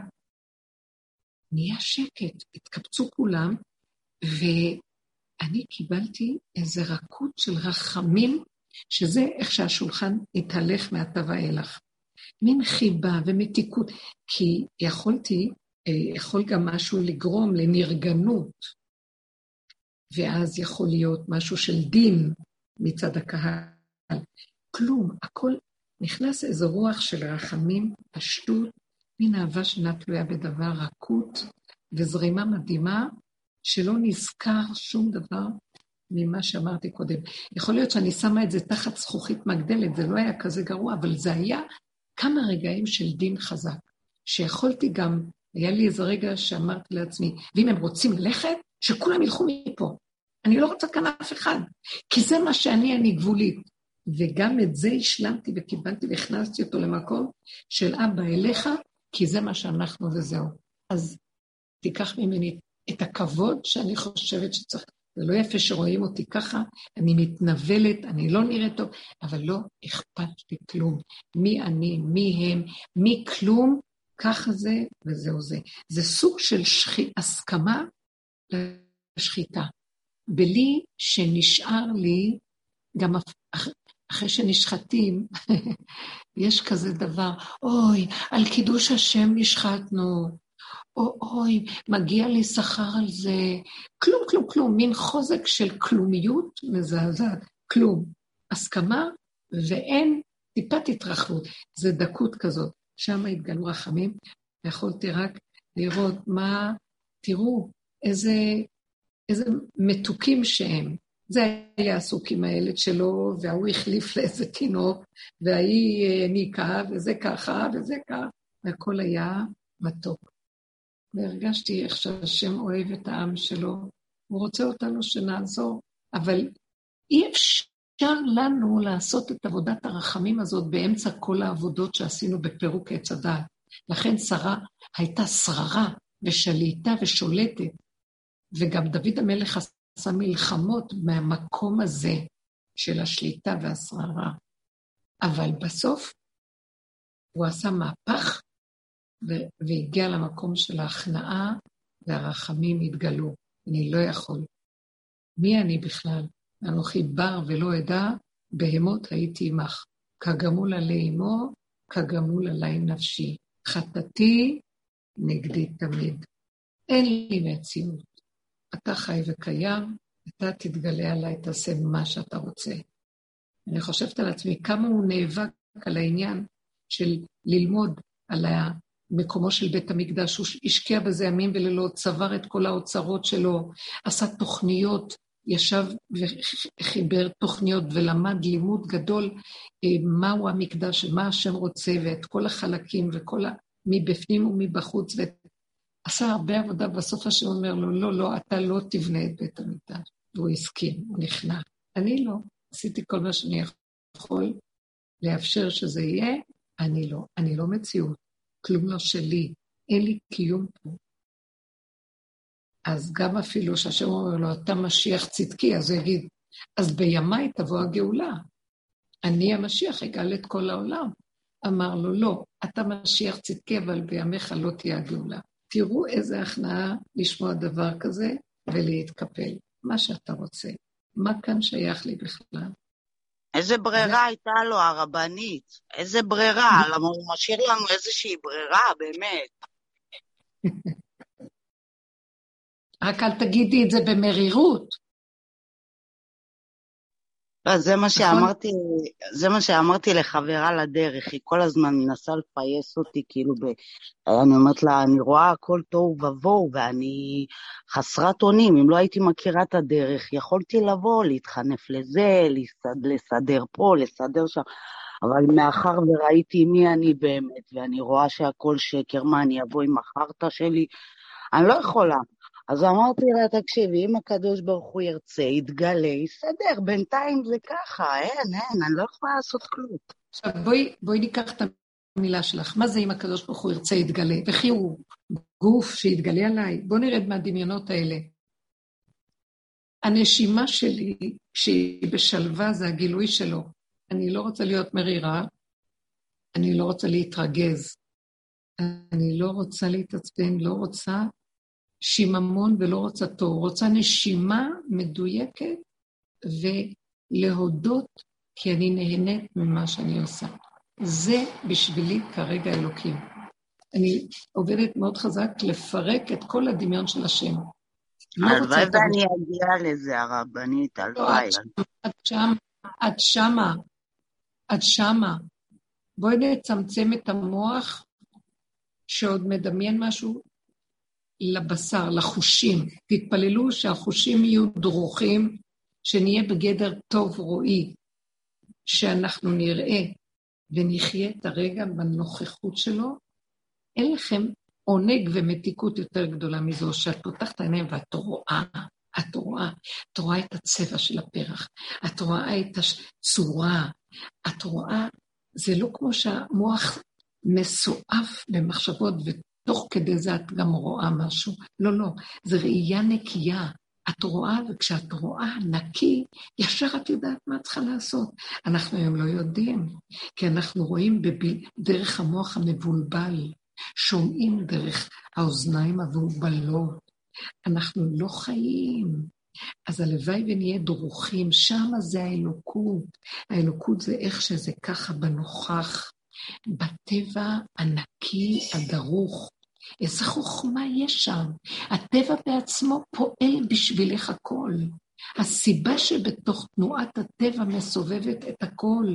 נהיה שקט, התקבצו כולם, ואני קיבלתי איזה רכות של רחמים, שזה איך שהשולחן התהלך מעתה ואילך. מין חיבה ומתיקות, כי יכולתי, יכול גם משהו לגרום לנרגנות, ואז יכול להיות משהו של דין מצד הקהל. כלום, הכל נכנס איזו רוח של רחמים, פשטות, מין אהבה שאינה תלויה בדבר, רכות וזרימה מדהימה, שלא נזכר שום דבר ממה שאמרתי קודם. יכול להיות שאני שמה את זה תחת זכוכית מגדלת, זה לא היה כזה גרוע, אבל זה היה כמה רגעים של דין חזק, שיכולתי גם, היה לי איזה רגע שאמרתי לעצמי, ואם הם רוצים ללכת, שכולם ילכו מפה. אני לא רוצה כאן אף אחד, כי זה מה שאני, אני גבולית. וגם את זה השלמתי וקיבלתי והכנסתי אותו למקום של אבא אליך, כי זה מה שאנחנו וזהו. אז תיקח ממני את הכבוד שאני חושבת שצריך. זה לא יפה שרואים אותי ככה, אני מתנבלת, אני לא נראית טוב, אבל לא אכפת לי כלום. מי אני, מי הם, מי כלום, ככה זה וזהו זה. זה סוג של שחי... הסכמה לשחיטה. בלי שנשאר לי, גם אח... אחרי שנשחטים, יש כזה דבר, אוי, על קידוש השם נשחטנו, או, אוי, מגיע לי שכר על זה, כלום, כלום, כלום, מין חוזק של כלומיות מזעזעת, כלום, הסכמה, ואין טיפת התרחבות, זה דקות כזאת, שם התגלו רחמים, ויכולתי רק לראות מה, תראו, איזה, איזה מתוקים שהם, זה היה עסוק עם הילד שלו, והוא החליף לאיזה תינוק, והיא ניקה, וזה ככה, וזה ככה, והכל היה מתוק. והרגשתי איך שהשם אוהב את העם שלו, הוא רוצה אותנו שנעזור, אבל אי אפשר אפשר לנו לעשות את עבודת הרחמים הזאת באמצע כל העבודות שעשינו בפירוק עץ הדעת. לכן שרה הייתה שררה ושליטה ושולטת, וגם דוד המלך עשה מלחמות מהמקום הזה של השליטה והשררה. אבל בסוף הוא עשה מהפך והגיע למקום של ההכנעה, והרחמים התגלו. אני לא יכול. מי אני בכלל? אנוכי בר ולא אדע, בהמות הייתי עמך. כגמול עלי אמו, כגמול עלי נפשי. חטאתי נגדי תמיד. אין לי מציאות. אתה חי וקיים, אתה תתגלה עליי, תעשה מה שאתה רוצה. אני חושבת על עצמי, כמה הוא נאבק על העניין של ללמוד על מקומו של בית המקדש, הוא השקיע בזה ימים ולילות, צבר את כל האוצרות שלו, עשה תוכניות, ישב וחיבר תוכניות ולמד לימוד גדול, מהו המקדש, מה השם רוצה, ואת כל החלקים וכל ה... מבפנים ומבחוץ, ועשה הרבה עבודה, בסוף השם אומר לו, לא, לא, אתה לא תבנה את בית המקדש. והוא הסכים, הוא נכנע. אני לא, עשיתי כל מה שאני יכול לאפשר שזה יהיה, אני לא, אני לא מציאות, כלום לא שלי, אין לי קיום פה. אז גם אפילו שהשם אומר לו, אתה משיח צדקי, אז הוא יגיד, אז בימיי תבוא הגאולה. אני המשיח, אגאל את כל העולם. אמר לו, לא, אתה משיח צדקי, אבל בימיך לא תהיה הגאולה. תראו איזה הכנעה לשמוע דבר כזה ולהתקפל. מה שאתה רוצה. מה כאן שייך לי בכלל? איזה ברירה הייתה לו הרבנית? איזה ברירה? למה הוא משאיר לנו איזושהי ברירה, באמת? רק אל תגידי את זה במרירות. לא, זה מה שאמרתי, זה מה שאמרתי לחברה לדרך, היא כל הזמן מנסה לפייס אותי, כאילו, ב... אני אומרת לה, אני רואה הכל טוב ובוא, ואני חסרת אונים, אם לא הייתי מכירה את הדרך, יכולתי לבוא, להתחנף לזה, לסדר פה, לסדר שם, אבל מאחר וראיתי מי אני באמת, ואני רואה שהכל שקר, מה אני אבוא עם החרטה שלי, אני לא יכולה. אז אמרתי לה, תקשיבי, אם הקדוש ברוך הוא ירצה, יתגלה, יסדר, בינתיים זה ככה, אין, אין, אני לא יכולה לעשות כלום. עכשיו, בואי, בואי ניקח את המילה שלך, מה זה אם הקדוש ברוך הוא ירצה, יתגלה? וכי הוא גוף שיתגלה עליי? בואו נרד מהדמיונות האלה. הנשימה שלי, כשהיא בשלווה, זה הגילוי שלו. אני לא רוצה להיות מרירה, אני לא רוצה להתרגז, אני לא רוצה להתעצבן, לא רוצה שיממון ולא רוצה תור, רוצה נשימה מדויקת ולהודות כי אני נהנית ממה שאני עושה. זה בשבילי כרגע אלוקים. אני עובדת מאוד חזק לפרק את כל הדמיון של השם. הלוואי ואני אגיע לזה הרבנית, הלוואי. עד שם, עד שמה, עד שמה. בואי נצמצם את המוח שעוד מדמיין משהו, לבשר, לחושים. תתפללו שהחושים יהיו דרוכים, שנהיה בגדר טוב רואי, שאנחנו נראה ונחיה את הרגע בנוכחות שלו. אין לכם עונג ומתיקות יותר גדולה מזו, שאת פותחת העיניים ואת רואה, את רואה, את רואה את הצבע של הפרח, את רואה את הצורה, את רואה, זה לא כמו שהמוח מסועף במחשבות ו... תוך כדי זה את גם רואה משהו. לא, לא, זה ראייה נקייה. את רואה, וכשאת רואה נקי, ישר את יודעת מה צריכה לעשות. אנחנו היום לא יודעים, כי אנחנו רואים בב... דרך המוח המבולבל, שומעים דרך האוזניים המבולבלות. אנחנו לא חיים. אז הלוואי ונהיה דרוכים, שם זה האלוקות. האלוקות זה איך שזה ככה בנוכח. בטבע הנקי הדרוך, איזה חוכמה יש שם. הטבע בעצמו פועל בשבילך הכל. הסיבה שבתוך תנועת הטבע מסובבת את הכל.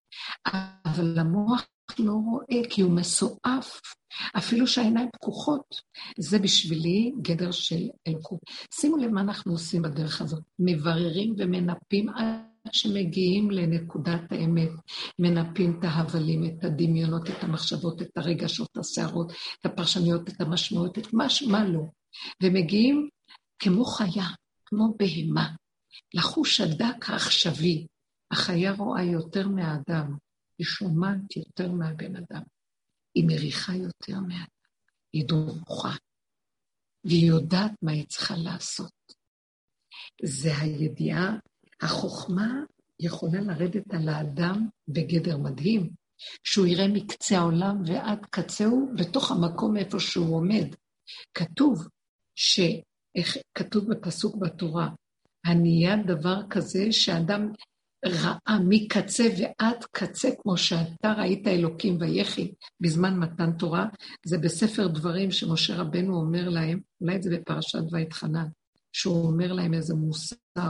אבל המוח לא רואה כי הוא מסועף. אפילו שהעיניים פקוחות. זה בשבילי גדר של אלוקות. שימו לב מה אנחנו עושים בדרך הזאת. מבררים ומנפים עד שמגיעים לנקודת האמת, מנפים את ההבלים, את הדמיונות, את המחשבות, את הרגשות, את השערות, את הפרשניות, את המשמעות, את מה, מה לא. ומגיעים כמו חיה, כמו בהמה, לחוש הדק העכשווי, החיה רואה יותר מהאדם, היא שומעת יותר מהבן אדם, היא מריחה יותר מהאדם, היא דרוכה, והיא יודעת מה היא צריכה לעשות. זה הידיעה, החוכמה יכולה לרדת על האדם בגדר מדהים, שהוא יראה מקצה העולם ועד קצהו בתוך המקום איפה שהוא עומד. כתוב, ש... כתוב בפסוק בתורה, הנהיה דבר כזה שאדם ראה מקצה ועד קצה, כמו שאתה ראית אלוקים ויחי בזמן מתן תורה, זה בספר דברים שמשה רבנו אומר להם, אולי זה בפרשת ויתחנן, שהוא אומר להם איזה מוסר.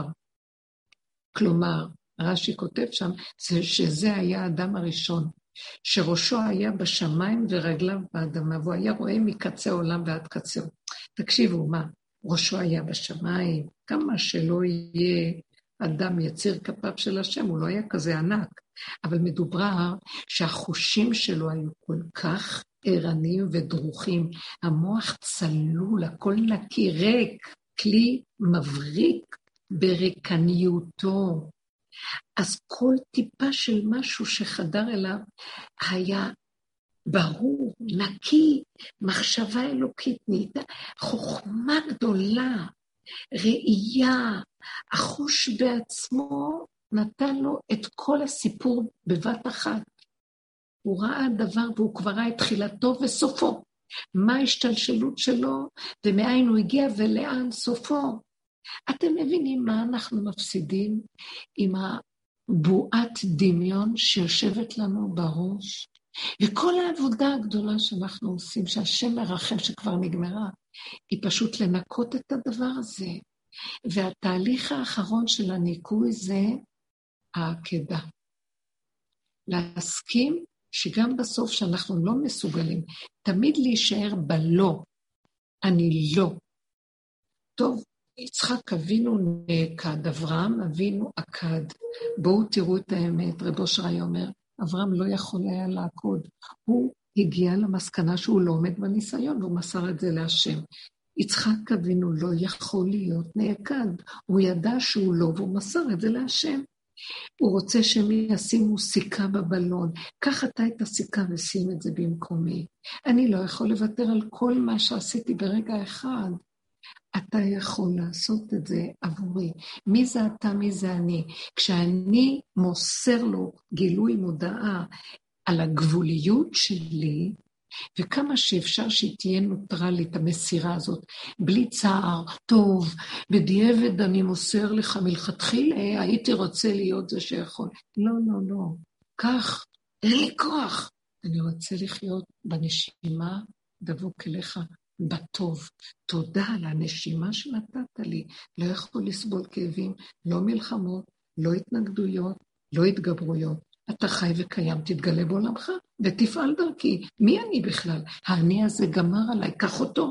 כלומר, רש"י כותב שם, שזה היה האדם הראשון, שראשו היה בשמיים ורגליו באדמה, והוא היה רואה מקצה העולם ועד קצהו. תקשיבו מה, ראשו היה בשמיים, כמה שלא יהיה אדם יציר כפיו של השם, הוא לא היה כזה ענק, אבל מדובר שהחושים שלו היו כל כך ערניים ודרוכים, המוח צלול, הכל נקי, ריק, כלי מבריק בריקניותו. אז כל טיפה של משהו שחדר אליו היה ברור, נקי, מחשבה אלוקית נהייתה, חוכמה גדולה, ראייה, החוש בעצמו נתן לו את כל הסיפור בבת אחת. הוא ראה דבר והוא כבר ראה את תחילתו וסופו. מה ההשתלשלות שלו ומאין הוא הגיע ולאן סופו. אתם מבינים מה אנחנו מפסידים עם הבועת דמיון שיושבת לנו בראש? וכל העבודה הגדולה שאנחנו עושים, שהשם מרחם שכבר נגמרה, היא פשוט לנקות את הדבר הזה. והתהליך האחרון של הניקוי זה העקדה. להסכים שגם בסוף שאנחנו לא מסוגלים, תמיד להישאר בלא, אני לא. טוב, יצחק אבינו נעקד, אברהם אבינו עקד. בואו תראו את האמת, רב אושר אומר, אברהם לא יכול היה לעקוד. הוא הגיע למסקנה שהוא לא עומד בניסיון, והוא מסר את זה להשם. יצחק אבינו לא יכול להיות נעקד. הוא ידע שהוא לא, והוא מסר את זה להשם. הוא רוצה שהם ישימו סיכה בבלון. קח אתה את הסיכה ושים את זה במקומי. אני לא יכול לוותר על כל מה שעשיתי ברגע אחד. אתה יכול לעשות את זה עבורי. מי זה אתה, מי זה אני? כשאני מוסר לו גילוי מודעה על הגבוליות שלי, וכמה שאפשר שהיא תהיה נוטרלית, המסירה הזאת, בלי צער, טוב, בדיעבד אני מוסר לך מלכתחילה, הייתי רוצה להיות זה שיכול. לא, לא, לא. כך, אין לי כוח. אני רוצה לחיות בנשימה, דבוק אליך. בטוב, תודה על הנשימה שנתת לי, לא יכול לסבול כאבים, לא מלחמות, לא התנגדויות, לא התגברויות. אתה חי וקיים, תתגלה בעולמך ותפעל דרכי. מי אני בכלל? האני הזה גמר עליי, קח אותו.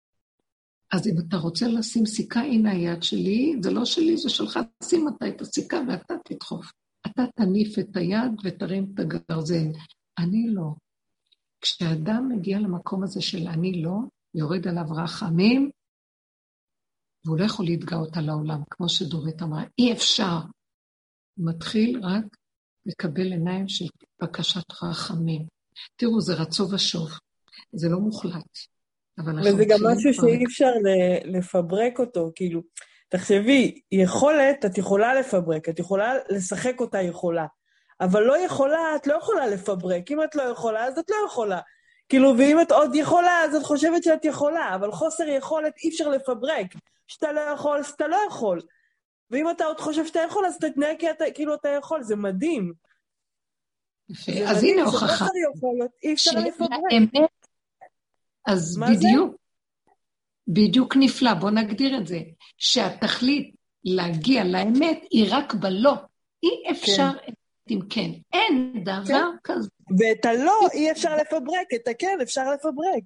אז אם אתה רוצה לשים סיכה, הנה היד שלי, זה לא שלי, זה שלך, שים אתה את הסיכה ואתה תדחוף. אתה תניף את היד ותרים את הגרזן. אני לא. כשאדם מגיע למקום הזה של אני לא, יורד עליו רחמים, והוא לא יכול להתגאות על העולם, כמו שדורית אמרה, אי אפשר. הוא מתחיל רק לקבל עיניים של בקשת רחמים. תראו, זה רצו ושוב, זה לא מוחלט. וזה גם משהו שאי אפשר לפברק אותו, כאילו, תחשבי, יכולת, את יכולה לפברק, את יכולה לשחק אותה יכולה, אבל לא יכולה, את לא יכולה לפברק, אם את לא יכולה, אז את לא יכולה. כאילו, ואם את עוד יכולה, אז את חושבת שאת יכולה, אבל חוסר יכולת אי אפשר לפברק. שאתה לא יכול, אז אתה לא יכול. ואם אתה עוד חושב שאתה יכול, אז תתנהג כאילו אתה יכול, זה מדהים. אז הנה הוכחה. אי אפשר לפברק. אז בדיוק, בדיוק נפלא, בוא נגדיר את זה, שהתכלית להגיע לאמת היא רק בלא. אי אפשר... אם כן, אין דבר כזה. ואת הלא אי אפשר לפברק, את הכן אפשר לפברק.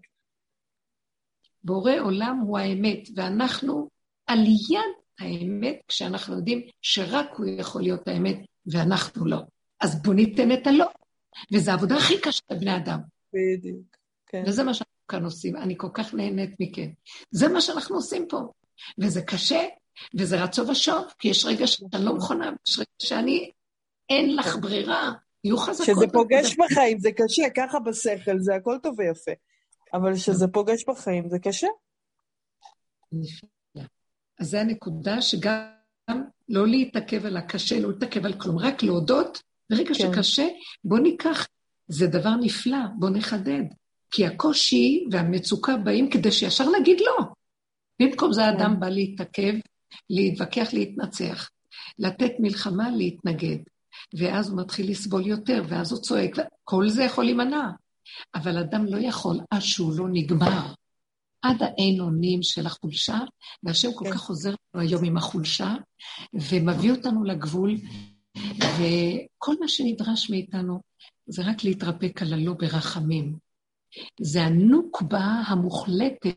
בורא עולם הוא האמת, ואנחנו על יד האמת, כשאנחנו יודעים שרק הוא יכול להיות האמת, ואנחנו לא. אז בוא ניתן את הלא. וזו העבודה הכי קשה לבני אדם. בדיוק. כן. וזה מה שאנחנו כאן עושים, אני כל כך נהנית מכן. זה מה שאנחנו עושים פה. וזה קשה, וזה רצו ושוב, כי יש רגע שאני לא מוכנה, יש רגע שאני... אין לך ברירה, יהיו חזקות. שזה פוגש בחיים, זה קשה, ככה בשכל, זה הכל טוב ויפה. אבל שזה פוגש בחיים, זה קשה. אז זה הנקודה שגם לא להתעכב על הקשה, לא להתעכב על כלום, רק להודות, ברגע שקשה, בוא ניקח, זה דבר נפלא, בוא נחדד. כי הקושי והמצוקה באים כדי שישר נגיד לא. במקום זה האדם בא להתעכב, להתווכח, להתנצח, לתת מלחמה, להתנגד. ואז הוא מתחיל לסבול יותר, ואז הוא צועק, כל זה יכול להימנע. אבל אדם לא יכול, עד שהוא לא נגמר, עד האין אונים של החולשה, והשם כל כך עוזר לנו היום עם החולשה, ומביא אותנו לגבול, וכל מה שנדרש מאיתנו, זה רק להתרפק על הלא ברחמים. זה הנוקבה המוחלטת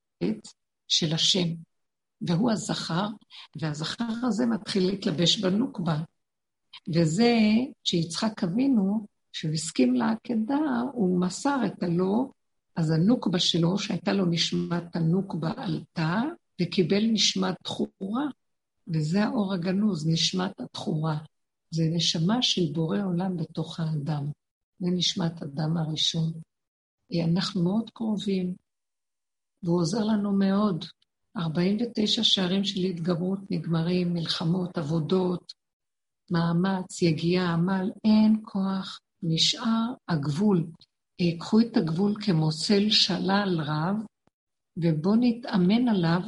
של השם, והוא הזכר, והזכר הזה מתחיל להתלבש בנוקבה. וזה שיצחק אבינו, שהוא הסכים לעקדה, הוא מסר את הלא, אז הנוקבה שלו, שהייתה לו נשמת הנוקבה עלתה, וקיבל נשמת תחורה, וזה האור הגנוז, נשמת התחורה. זה נשמה של בורא עולם בתוך האדם. זה נשמת אדם הראשון. אנחנו מאוד קרובים, והוא עוזר לנו מאוד. ארבעים ותשע שערים של התגברות נגמרים, מלחמות, עבודות, מאמץ, יגיעה, עמל, אין כוח, נשאר הגבול. קחו את הגבול כמו סל שלל רב, ובואו נתאמן עליו,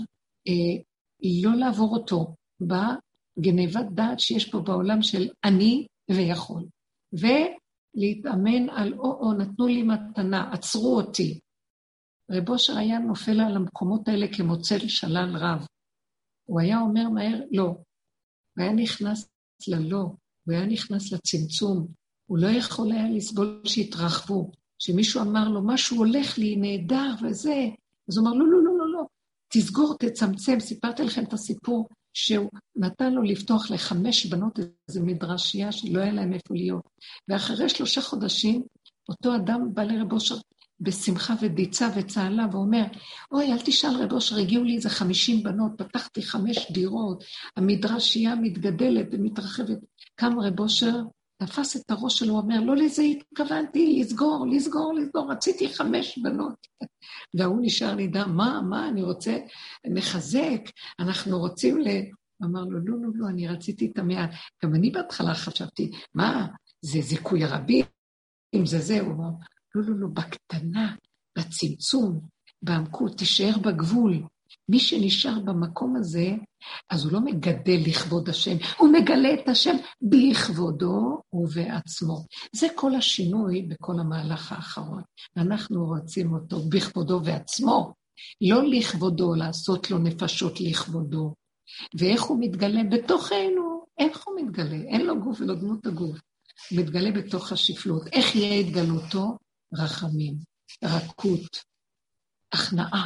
לא לעבור אותו, בגניבת דעת שיש פה בעולם של אני ויכול. ולהתאמן על או או, נתנו לי מתנה, עצרו אותי. רב אושר היה נופל על המקומות האלה כמו צל שלל רב. הוא היה אומר מהר, לא. הוא היה נכנס ללא, הוא היה נכנס לצמצום. הוא לא יכול היה לסבול שהתרחבו. שמישהו אמר לו, משהו הולך לי נהדר וזה. אז הוא אמר, לא, לא, לא, לא, לא. תסגור, תצמצם. סיפרתי לכם את הסיפור שהוא נתן לו לפתוח לחמש בנות איזו מדרשייה שלא היה להם איפה להיות. ואחרי שלושה חודשים, אותו אדם בא לרב אושר בשמחה ודיצה וצהלה, ואומר, אוי, אל תשאל רב אושר, הגיעו לי איזה חמישים בנות, פתחתי חמש דירות, המדרשייה מתגדלת ומתרחבת. קם רב אושר, תפס את הראש שלו, אומר, לא לזה התכוונתי, לסגור, לסגור, לסגור, רציתי חמש בנות. והוא נשאר לידה, מה, מה, אני רוצה מחזק, אנחנו רוצים ל... אמר לו, לא, לא, לא, אני רציתי את המעט. גם אני בהתחלה חשבתי, מה, זה זיכוי רבים, אם זה זה, הוא אמר, לא, לא, לא, בקטנה, בצמצום, בעמקות, תישאר בגבול. מי שנשאר במקום הזה, אז הוא לא מגדל לכבוד השם, הוא מגלה את השם בכבודו ובעצמו. זה כל השינוי בכל המהלך האחרון. אנחנו רוצים אותו בכבודו ועצמו, לא לכבודו, לעשות לו נפשות לכבודו. ואיך הוא מתגלה בתוכנו? איך הוא מתגלה? אין לו גוף ולא דמות הגוף. הוא מתגלה בתוך השפלות. איך יהיה התגלותו? רחמים, רכות, הכנעה.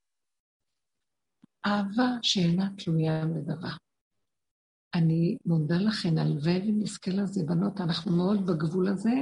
אהבה שאינה תלויה בדבר. אני מודה לכן, הלוואי ונזכה לזה, בנות, אנחנו מאוד בגבול הזה,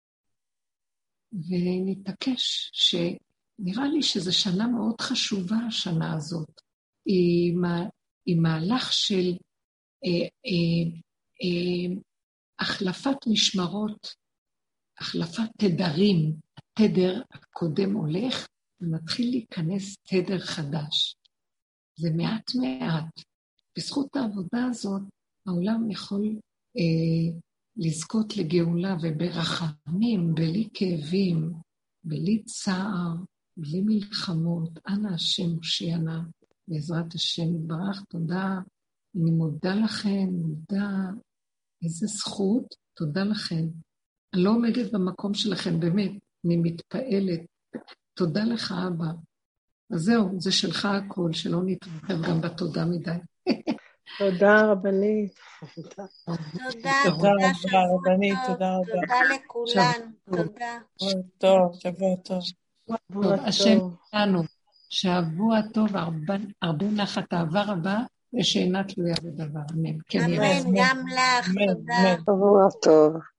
ונתעקש שנראה לי שזו שנה מאוד חשובה, השנה הזאת. היא, היא מהלך של אה, אה, אה, החלפת משמרות, החלפת תדרים, התדר הקודם הולך, ומתחיל להיכנס תדר חדש. זה מעט מעט. בזכות העבודה הזאת, העולם יכול אה, לזכות לגאולה וברחמים, בלי כאבים, בלי צער, בלי מלחמות. אנא השם מושיענה, בעזרת השם יתברך. תודה, אני מודה לכם, מודה, איזה זכות, תודה לכם. אני לא עומדת במקום שלכם, באמת, אני מתפעלת. תודה לך, אבא. אז זהו, זה שלך הכל, שלא נתרחב גם בתודה מדי. תודה, רבנית. תודה, תודה שבוע רבנית, טוב, תודה רבה. תודה לכולן, תודה. טוב, שבוע טוב. טוב, השם שלנו, שבוע טוב, הרבה נחת אהבה רבה, ושאינה תלויה בדבר. אמן. אמן, גם לך, תודה. שבוע טוב.